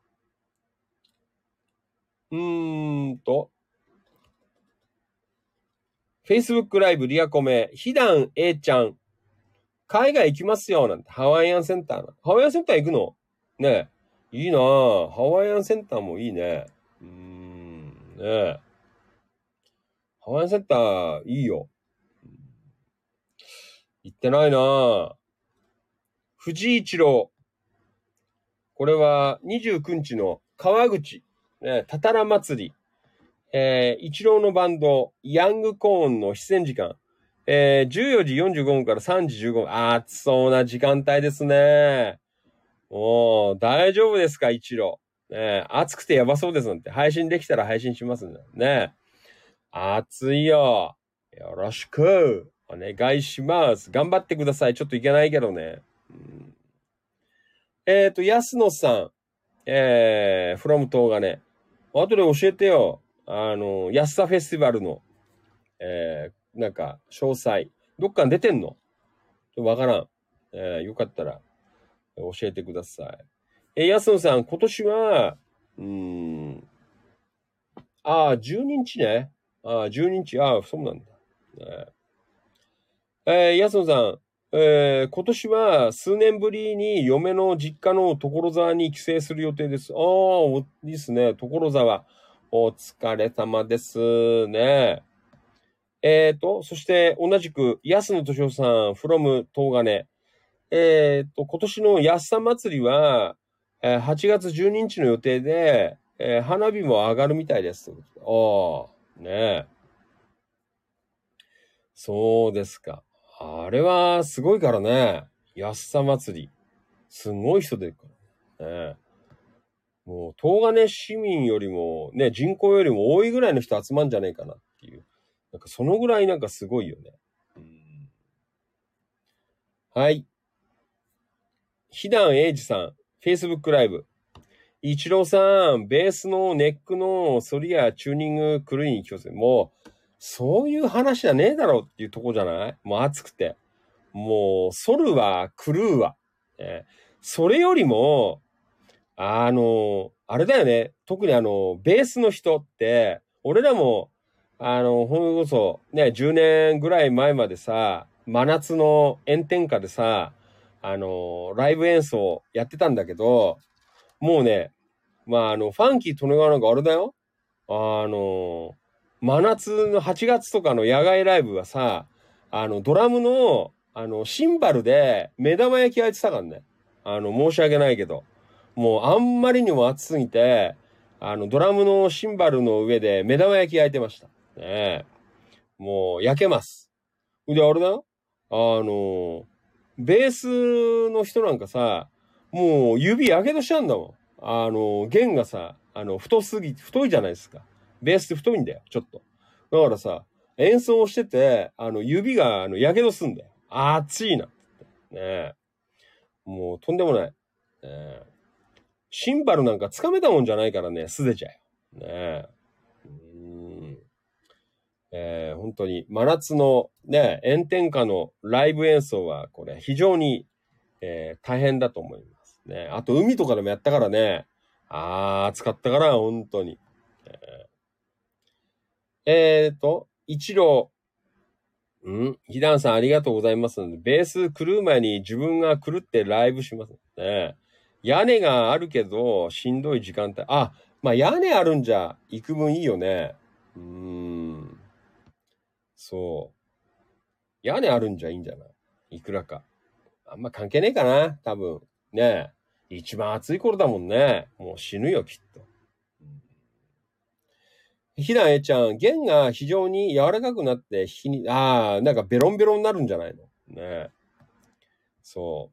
うーんと、Facebook ライブリアコメ、ひだん A ちゃん、海外行きますよ、なんて、ハワイアンセンター。ハワイアンセンター行くのねえ。いいなぁ。ハワイアンセンターもいいね。うーん、ねえ。ハワイアンセンター、いいよ。行ってないなぁ。藤井一郎。これはにじゅうくにちの川口、ね、たたら祭り。えー、一郎のバンド、ヤングコーンの出演時間。えー、じゅうよじよんじゅうごふんからさんじじゅうごふん。暑そうな時間帯ですね。おー、大丈夫ですか、一郎。ね、暑くてやばそうですなんて。配信できたら配信しますね。ね。暑いよ。よろしく。お願いします。頑張ってください。ちょっといけないけどね。うんえっ、ー、と、安野さん、えー、from 東金。後で教えてよ。あの、安さフェスティバルの、えー、なんか、詳細。どっかに出てんの？わからん。えー、よかったら、教えてください。えー、安野さん、今年は、うーん、ああ、じゅうににちね。ああ、じゅうににち。ああ、そうなんだ。ね、えー、安野さん、えー、今年は数年ぶりに嫁の実家の所沢に帰省する予定です。ああ、いいですね。所沢。お疲れ様ですね。えっと、そして同じく安野敏夫さん、from 東金。えっと、今年の安さ祭りは、えー、はちがつじゅうににちの予定で、えー、花火も上がるみたいです。ああ、ねえ。そうですか。あれはすごいからね。安さ祭り。すごい人出るからね。もう、東金市民よりも、ね、人口よりも多いぐらいの人集まんじゃねえかなっていう。なんかそのぐらいなんかすごいよね。うん、はい。ひだんえいじさん、Facebook ライブ。一郎さん、ベースのネックの反りやチューニング狂いに気をつけて。もう、そういう話じゃねえだろっていうとこじゃない？もう熱くて。もう、反るわ、狂うわ。ね、それよりも、あの、あれだよね。特にあの、ベースの人って、俺らも、あの、ほんこそ、ね、じゅうねんぐらい前までさ、真夏の炎天下でさ、あの、ライブ演奏やってたんだけど、もうね、まあ、あの、ファンキー利根川なんかあれだよ。あの、真夏のはちがつとかの野外ライブはさ、あの、ドラムの、あの、シンバルで目玉焼き焼いてたからね。あの、申し訳ないけど。もうあんまりにも暑すぎて、あの、ドラムのシンバルの上で目玉焼き焼いてました。ねえ。もう焼けます。で、あれだよ。あの、ベースの人なんかさ、もう指焼けどしちゃうんだもん。あの、弦がさ、あの、太すぎ、太いじゃないですか。ベースって太いんだよ、ちょっと。だからさ、演奏してて、あの、指が、あの、焼けどすんだよ。熱いな。ねえ。もう、とんでもない。 ね、シンバルなんかつかめたもんじゃないからね、素手じゃよ。ねえ。うーん。えー、本当に真夏のね、炎天下のライブ演奏はこれ非常に、えー、大変だと思いますね。あと海とかでもやったからね。あー、暑かったから、本当に。えーと、一郎。んひだんさんありがとうございますので、ベース来る前に自分が来るってライブしますね。屋根があるけど、しんどい時間帯。あ、まあ屋根あるんじゃ、幾分いいよね。うーん。そう。屋根あるんじゃいいんじゃないいくらか。あんま関係ねえかな多分。ねえ。一番暑い頃だもんね。もう死ぬよ、きっと。ひなえちゃん、弦が非常に柔らかくなって、ひに、ああ、なんかベロンベロンになるんじゃないのね。そう。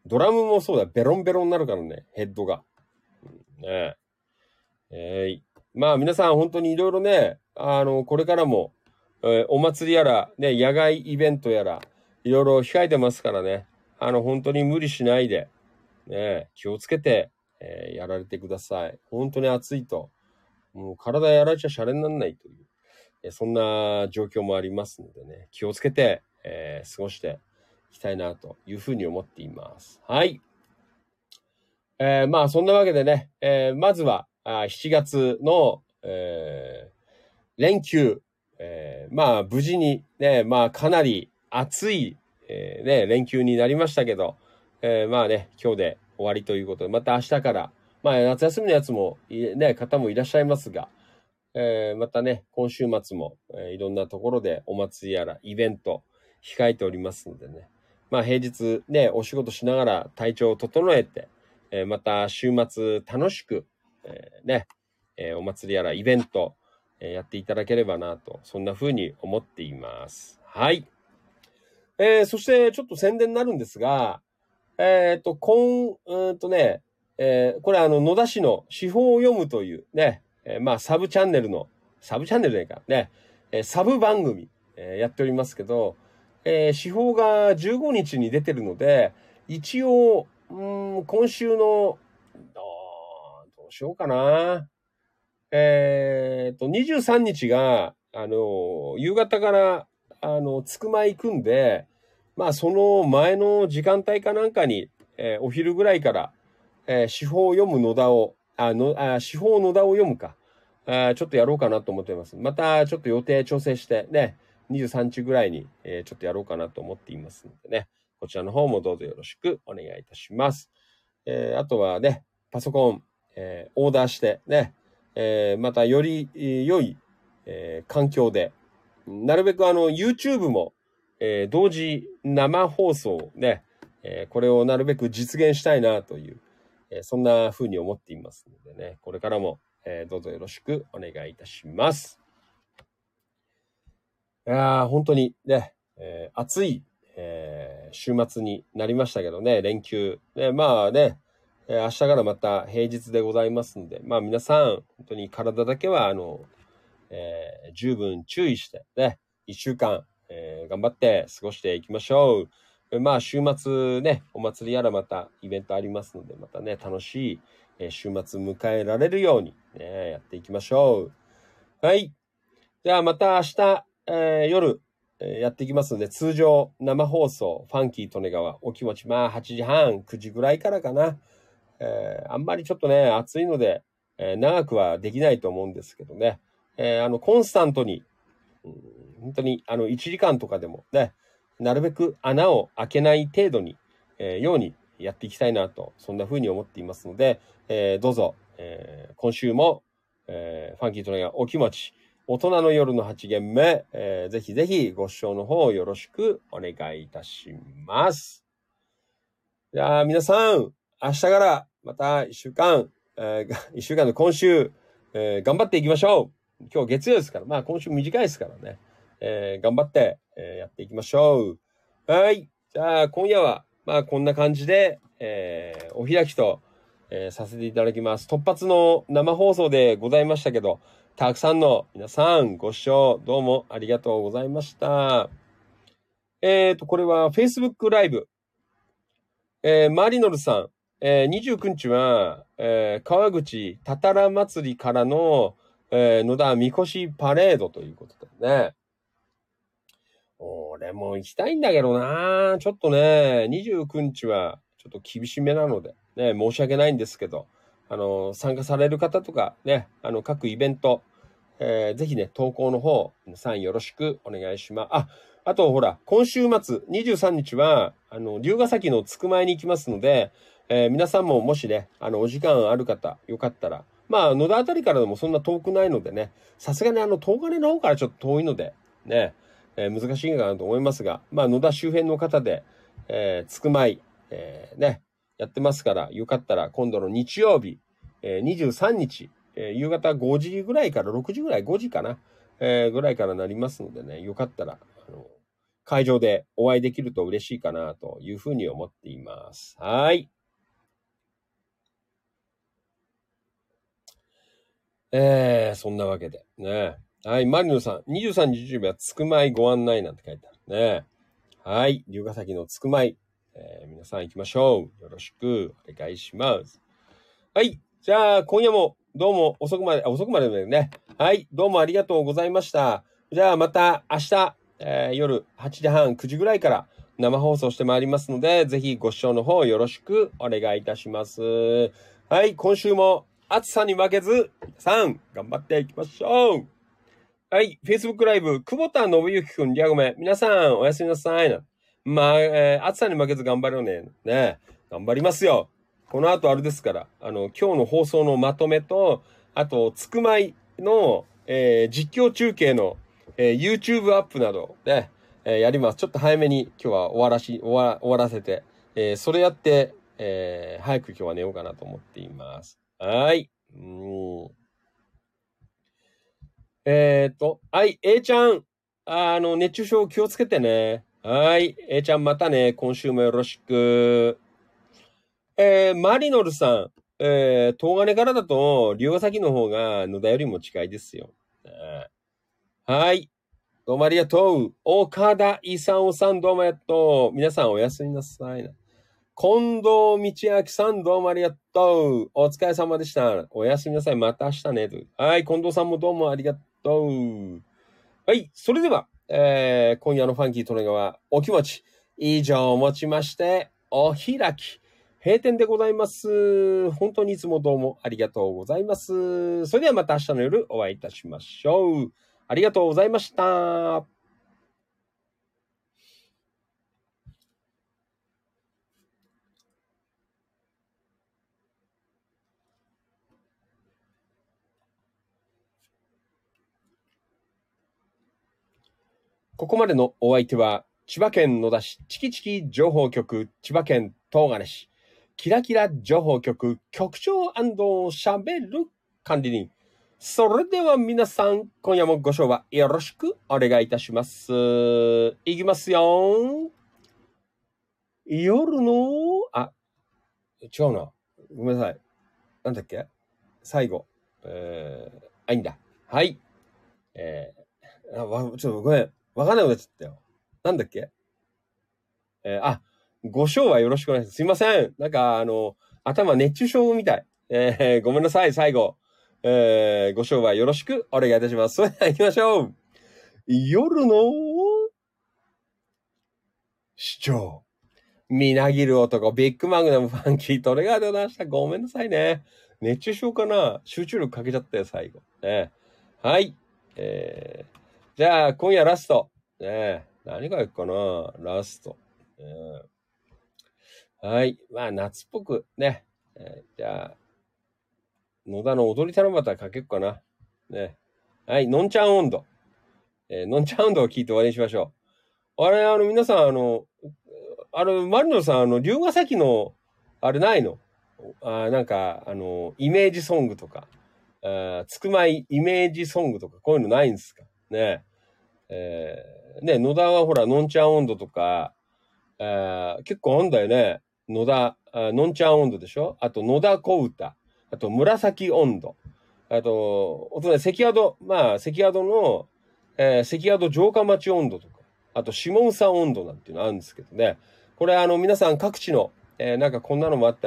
ドラムもそうだ、ベロンベロンになるからね、ヘッドが。うん、ねえー、まあ皆さん本当にいろいろね、あの、これからも、えー、お祭りやら、ね、野外イベントやら、いろいろ控えてますからね、あの、本当に無理しないで、ね、気をつけて、えー、やられてください。本当に暑いと。もう体やられちゃシャレにならないという、えそんな状況もありますのでね、気をつけて、えー、過ごしていきたいなというふうに思っています。はい。えー、まあそんなわけでね、えー、まずはあしちがつの、えー、連休、えー、まあ無事にね、まあかなり暑い、えー、ね、連休になりましたけど、えー、まあね、今日で終わりということで、また明日から、まあ夏休みのやつも、ね、方もいらっしゃいますが、えー、またね、今週末も、えー、いろんなところでお祭りやらイベント控えておりますのでね、まあ平日ね、お仕事しながら体調を整えて、えー、また週末楽しく、えー、ね、えー、お祭りやらイベント、えー、やっていただければなと、そんな風に思っています。はい。えー、そしてちょっと宣伝になるんですが、えっ、ー、と、今、うんとね、えー、これあの、野田市の司法を読むというね、えー、まあ、サブチャンネルの、サブチャンネルじゃないか、ね、えー、サブ番組、えー、やっておりますけど、えー、司法がじゅうごにちに出てるので、一応、うん、今週の、どうしようかな。えっと、にじゅうさんにちが、あの、夕方から、あの、つくま行くんで、まあ、その前の時間帯かなんかに、えー、お昼ぐらいから、えー、司法を読む野田を、あの、あ、司法野田を読むか、あ、ちょっとやろうかなと思っています。また、ちょっと予定調整して、ね、にじゅうさんにちぐらいに、えー、ちょっとやろうかなと思っていますのでね、こちらの方もどうぞよろしくお願いいたします。えー、あとはね、パソコン、えー、オーダーして、ね、えー、またより良い、えー、環境で、なるべくあの YouTube も、えー、同時生放送ね、えー、これをなるべく実現したいなという、えー、そんな風に思っていますのでね、これからも、えー、どうぞよろしくお願いいたします。いやー、本当にね、えー、暑い、えー、週末になりましたけどね、連休。ね、まあね、えー、明日からまた平日でございますので、まあ皆さん、本当に体だけは、あの、えー、十分注意してね、一週間、えー、頑張って過ごしていきましょう。まあ週末ね、お祭りやらまたイベントありますので、またね、楽しい、えー、週末迎えられるようにね、やっていきましょう。はい。じゃあまた明日、えー、夜、えー、やっていきますので、通常生放送、ファンキー利根川、お気持ち、まあはちじはん、くじぐらいからかな。えー、あんまりちょっとね、暑いので、えー、長くはできないと思うんですけどね。えー、あの、コンスタントに、うん、本当に、あの、いちじかんとかでもね、なるべく穴を開けない程度に、えー、ようにやっていきたいなと、そんな風に思っていますので、えー、どうぞ、えー、今週も、えー、ファンキートレがお気持ち、大人の夜のはち限目、えー、ぜひぜひご視聴の方よろしくお願いいたします。じゃあ皆さん、明日からまた一週間、えー、一週間の今週、えー、頑張っていきましょう。今日月曜ですから、まあ今週短いですからね。えー、頑張って、えー、やっていきましょう。はい。じゃあ今夜は、まあこんな感じで、えー、お開きと、えー、させていただきます。突発の生放送でございましたけど、たくさんの皆さんご視聴どうもありがとうございました。えーと、これは Facebook ライブ。えー、マリノルさん、 えー、にじゅうくにちは、えー、川口たたら祭りからの、えー、野田みこしパレードということでね。俺も行きたいんだけどな。ちょっとね、にじゅうくにちはちょっと厳しめなので、ね、申し訳ないんですけど、あの、参加される方とかね、あの、各イベント、えー、ぜひね、投稿の方、皆さんよろしくお願いします。あ、あとほら、今週末、にじゅうさんにちは、あの、龍ヶ崎のつくまいに行きますので、えー、皆さんももしね、あの、お時間ある方、よかったら、まあ、野田あたりからでもそんな遠くないのでね、さすがにあの、東金の方からちょっと遠いので、ね、えー、難しいかなと思いますが、まあ、野田周辺の方で、えー、つくまい、えー、ね、やってますから、よかったら今度の日曜日、えー、にじゅうさんにち、えー、夕方ごじぐらいからろくじぐらい、ごじかな、えー、ぐらいからなりますのでね、よかったら、あの、会場でお会いできると嬉しいかなというふうに思っています。はい。えー、そんなわけでね。はい、マリノさん、にじゅうさんにちはつくまいご案内なんて書いてあるね。はい、龍ヶ崎のつくまい、えー、皆さん行きましょう。よろしくお願いします。はい、じゃあ今夜もどうも遅くまで、遅くまでね。はい、どうもありがとうございました。じゃあまた明日、えー、夜はちじはん、くじぐらいから生放送してまいりますので、ぜひご視聴の方よろしくお願いいたします。はい、今週も暑さに負けず、皆さん頑張っていきましょう。はい、Facebook ライブ、久保田信之くん、リアゴメ、皆さんおやすみなさいな。まあ、えー、暑さに負けず頑張るよね。ね、頑張りますよ。この後あれですから、あの、今日の放送のまとめと、あと、つくまいの、えー、実況中継の、えー、YouTube アップなど、ね、えー、やります。ちょっと早めに今日は終わらし、終わ終わらせて、えー、それやって、えー、早く今日は寝ようかなと思っています。はい。うん。えーっと、はい、A ちゃん、あの、熱中症気をつけてね。はい、A ちゃんまたね、今週もよろしく。えー、マリノルさん、えー、東金からだと、龍ヶ崎の方が野田よりも近いですよ。はい、どうもありがとう。岡田勲さん、どうもありがとう。皆さんおやすみなさいな。近藤道明さん、どうもありがとう。お疲れ様でした。おやすみなさい。また明日ね。はい、近藤さんもどうもありがとう。はい、それでは、えー、今夜のファンキートレガはお気持ち以上をもちまして、お開き、閉店でございます。本当にいつもどうもありがとうございます。それではまた明日の夜お会いいたしましょう。ありがとうございました。ここまでのお相手は、千葉県野田市チキチキ情報局、千葉県東金市、キラキラ情報局、局長&喋る管理人。それでは皆さん、今夜もご賞はよろしくお願いいたします。いきますよ。夜の、あ、違うな。ごめんなさい。なんだっけ最後。えー、あ、いいんだ。はい。えー、あ、わ、ちょっとごめん。わかんなくなっちゃったよ。なんだっけえー、あ、ご賞はよろしくお願いします。すいません。なんか、あの、頭熱中症みたい。えー、ごめんなさい、最後。えー、ご賞はよろしくお願いいたします。それでは行きましょう。夜の市長。みなぎる男、ビッグマグナムファンキートレガーでございました。ごめんなさいね。熱中症かな集中力かけちゃったよ、最後。ね。はい。えー、じゃあ、今夜ラスト。ね、何がいくかなラスト。ね、はい。まあ、夏っぽくね。えー、じゃあ、野田の踊り頼またかけっかな。ね。はい。のんちゃん温度。えー、のんちゃん温度を聞いて終わりにしましょう。あれ、あの、皆さん、あの、あの、マリノさん、あの、龍ヶ崎の、あれないのあなんか、あの、イメージソングとか、あつくまいイメージソングとか、こういうのないんですかね。えー、ね、野田はほら、のんちゃん温度とか、あ結構あんだよね。野田、あのんちゃん温度でしょあと、野田小歌。あと、紫温度。あと、おとね、関宿、まあ、関宿の、えー、関宿城下町温度とか、あと、下総温度なんていうのあるんですけどね。これ、あの、皆さん各地の、えー、なんかこんなのもあったら、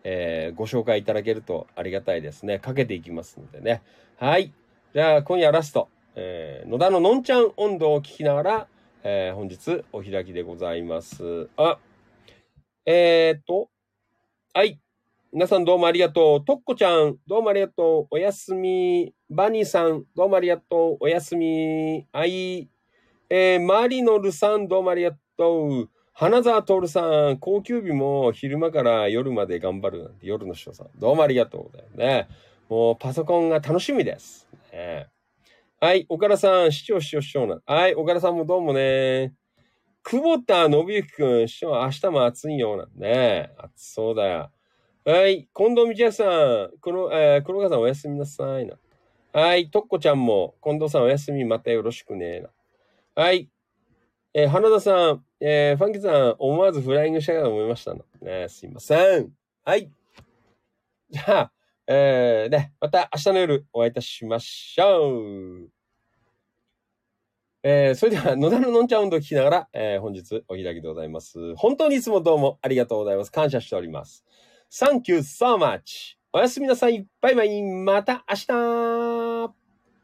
えー、ご紹介いただけるとありがたいですね。かけていきますのでね。はい。じゃあ、今夜ラスト、えー、野田ののんちゃん温度を聞きながら、えー、本日お開きでございます。あ、えーっと、はい。皆さんどうもありがとう。とっこちゃん、どうもありがとう。おやすみ。バニーさん、どうもありがとう。おやすみ。はい。えー、マリノルさん、どうもありがとう。花沢徹さん、高級日も昼間から夜まで頑張るなんて夜の人さん、どうもありがとうだよね。もうパソコンが楽しみです。ね、はい、岡田さん、市長、市長、市長な。はい、岡田さんもどうもね。久保田信之くん、市長、明日も暑いようなんね。暑そうだよ。はい、近藤道明さん、黒、えー、黒川さんおやすみなさいな。はい、とっこちゃんも、近藤さんおやすみ、またよろしくねな。はい、えー、花田さん、えー、ファンキーさん、思わずフライングしたかと思いましたの。ね、すいません。はい。じゃあ、えー、ね、また明日の夜お会いいたしましょう。えー、それでは、野田ののんちゃん温度を聞きながら、えー、本日お開きでございます。本当にいつもどうもありがとうございます。感謝しております。Thank you so much. おやすみなさい。バイバイ。また明日。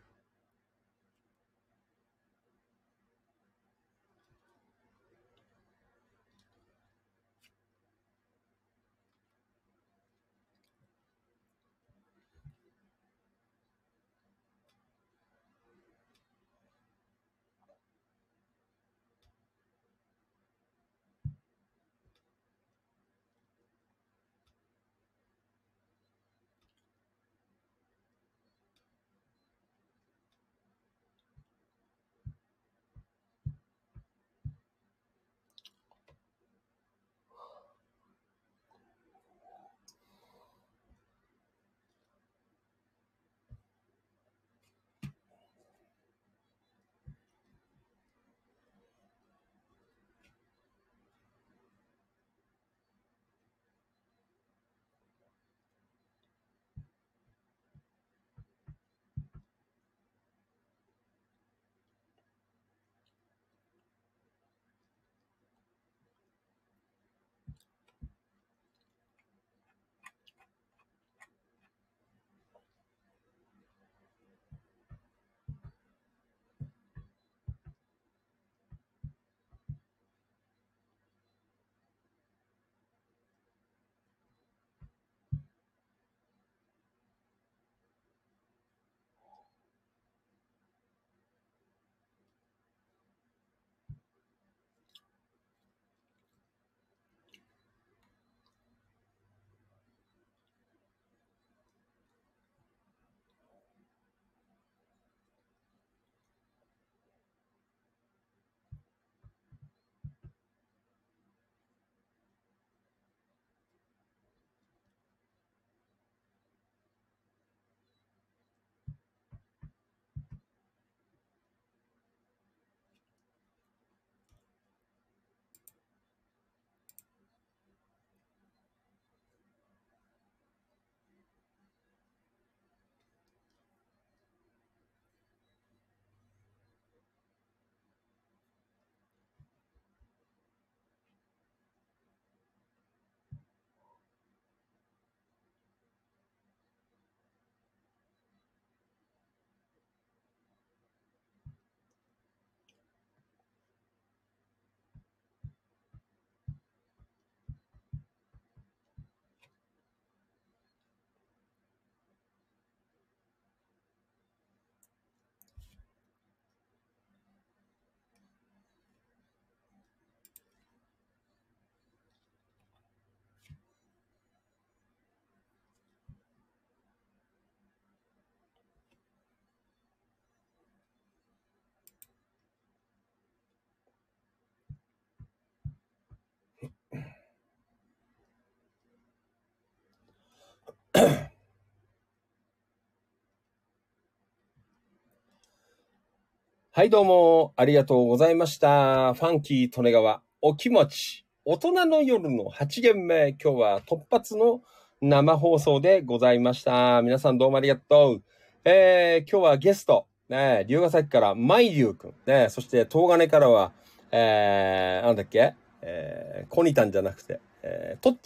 はい、どうも、ありがとうございました。ファンキー利根川、お気持ち、大人の夜のはち限目、今日は突発の生放送でございました。皆さんどうもありがとう。えー、今日はゲスト、ね、龍ヶ崎からマイリュウくん、ね、そして東金からは、えー、なんだっけ、えー、コニタンじゃなくて、えー、トッチーか。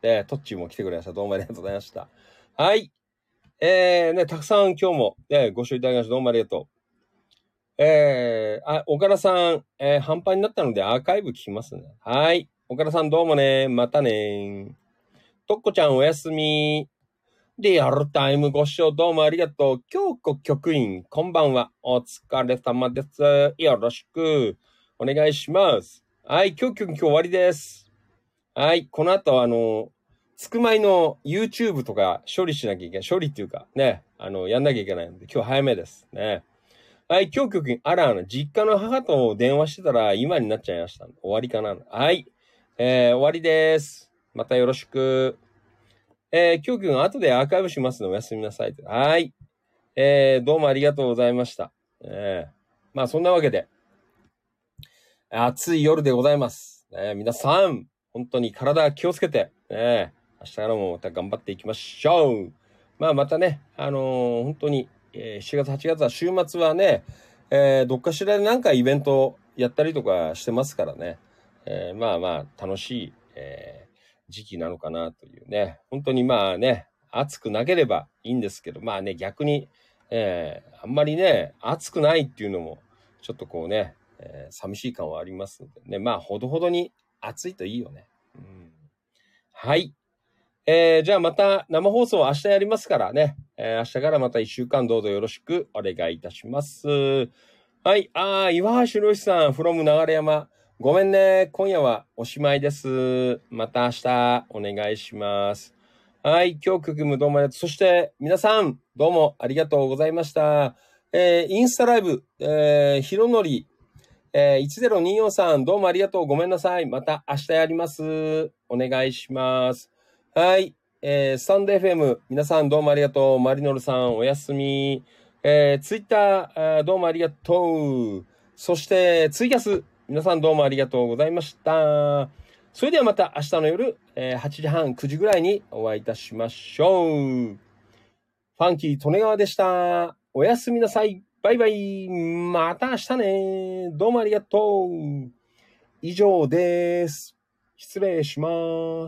で、トッチーも来てくれました。どうもありがとうございました。はい。えー、ね、たくさん今日も、ね、ご視聴いただきました。どうもありがとう。えー、あ、岡田さん、えー、半端になったのでアーカイブ聞きますね。はい。岡田さんどうもね。またね。とっこちゃんおやすみ。リアルタイムご視聴どうもありがとう。京子局員、こんばんは。お疲れ様です。よろしくお願いします。はい、京子今日終わりです。はい、この後あの、つくまいの YouTube とか処理しなきゃいけない。処理っていうかね、あの、やんなきゃいけないので、今日早めですね。はい、京局員、あら、実家の母と電話してたら今になっちゃいました。終わりかな。はい、えー、終わりです。またよろしく。えー、京局員、後でアーカイブしますのでおやすみなさい。はい。えー、どうもありがとうございました。えー、まあ、そんなわけで、暑い夜でございます。えー、皆さん、本当に体気をつけて、ね、明日からもまた頑張っていきましょう。まあ、またね、あのー、本当に、えー、しちがつ、はちがつは週末はね、えー、どっかしらで何かイベントやったりとかしてますからね、えー、まあまあ、楽しい、えー、時期なのかなというね、本当にまあね、暑くなければいいんですけど、まあね、逆に、えー、あんまりね、暑くないっていうのも、ちょっとこうね、えー、寂しい感はありますのでね。まあ、ほどほどに暑いといいよね。うん、はい。えー、じゃあまた生放送明日やりますからね。えー、明日からまた一週間どうぞよろしくお願いいたします。はい。あー、岩橋博さん、from 流山。ごめんね。今夜はおしまいです。また明日お願いします。はい。今日曲もどうもありがとう。そして皆さん、どうもありがとうございました。えー、インスタライブ、えー、ひろのり、えー、いちぜろによんさん、どうもありがとう。ごめんなさい。また明日やります。お願いします。はい。えー、スタンド エフエム、皆さんどうもありがとう。マリノルさん、おやすみ。えー、ツイッター、どうもありがとう。そして、ツイキャス、皆さんどうもありがとうございました。それではまた明日の夜、えー、はちじはん、くじぐらいにお会いいたしましょう。ファンキー利根川でした。おやすみなさい。バイバイ。また明日ね。どうもありがとう。以上です。失礼します。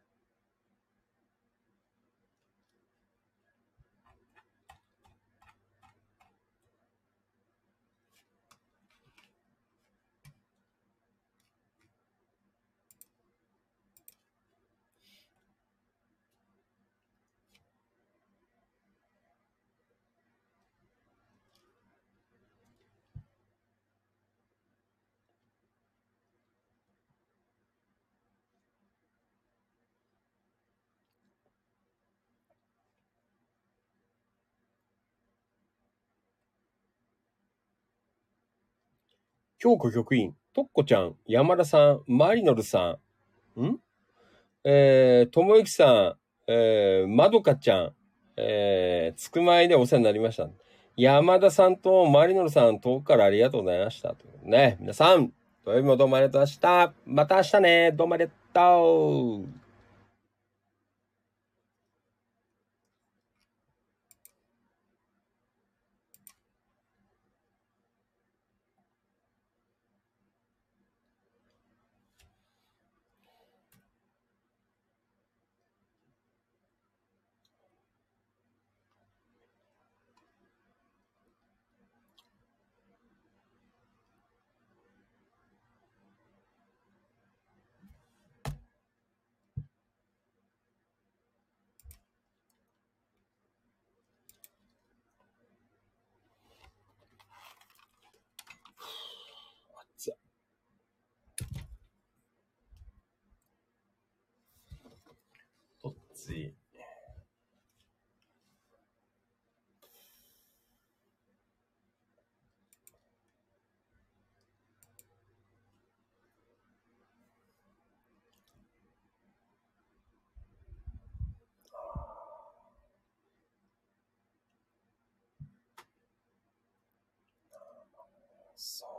京子局員、とっこちゃん、山田さん、マリノルさん、んえー、ともゆきさん、えー、まどかちゃん、えー、つくまいでお世話になりました。山田さんとマリノルさん、遠くからありがとうございました。ということでね、皆さん、土曜日もどうもありがとうございました。また明日ね。どうもありがとう。どっちそう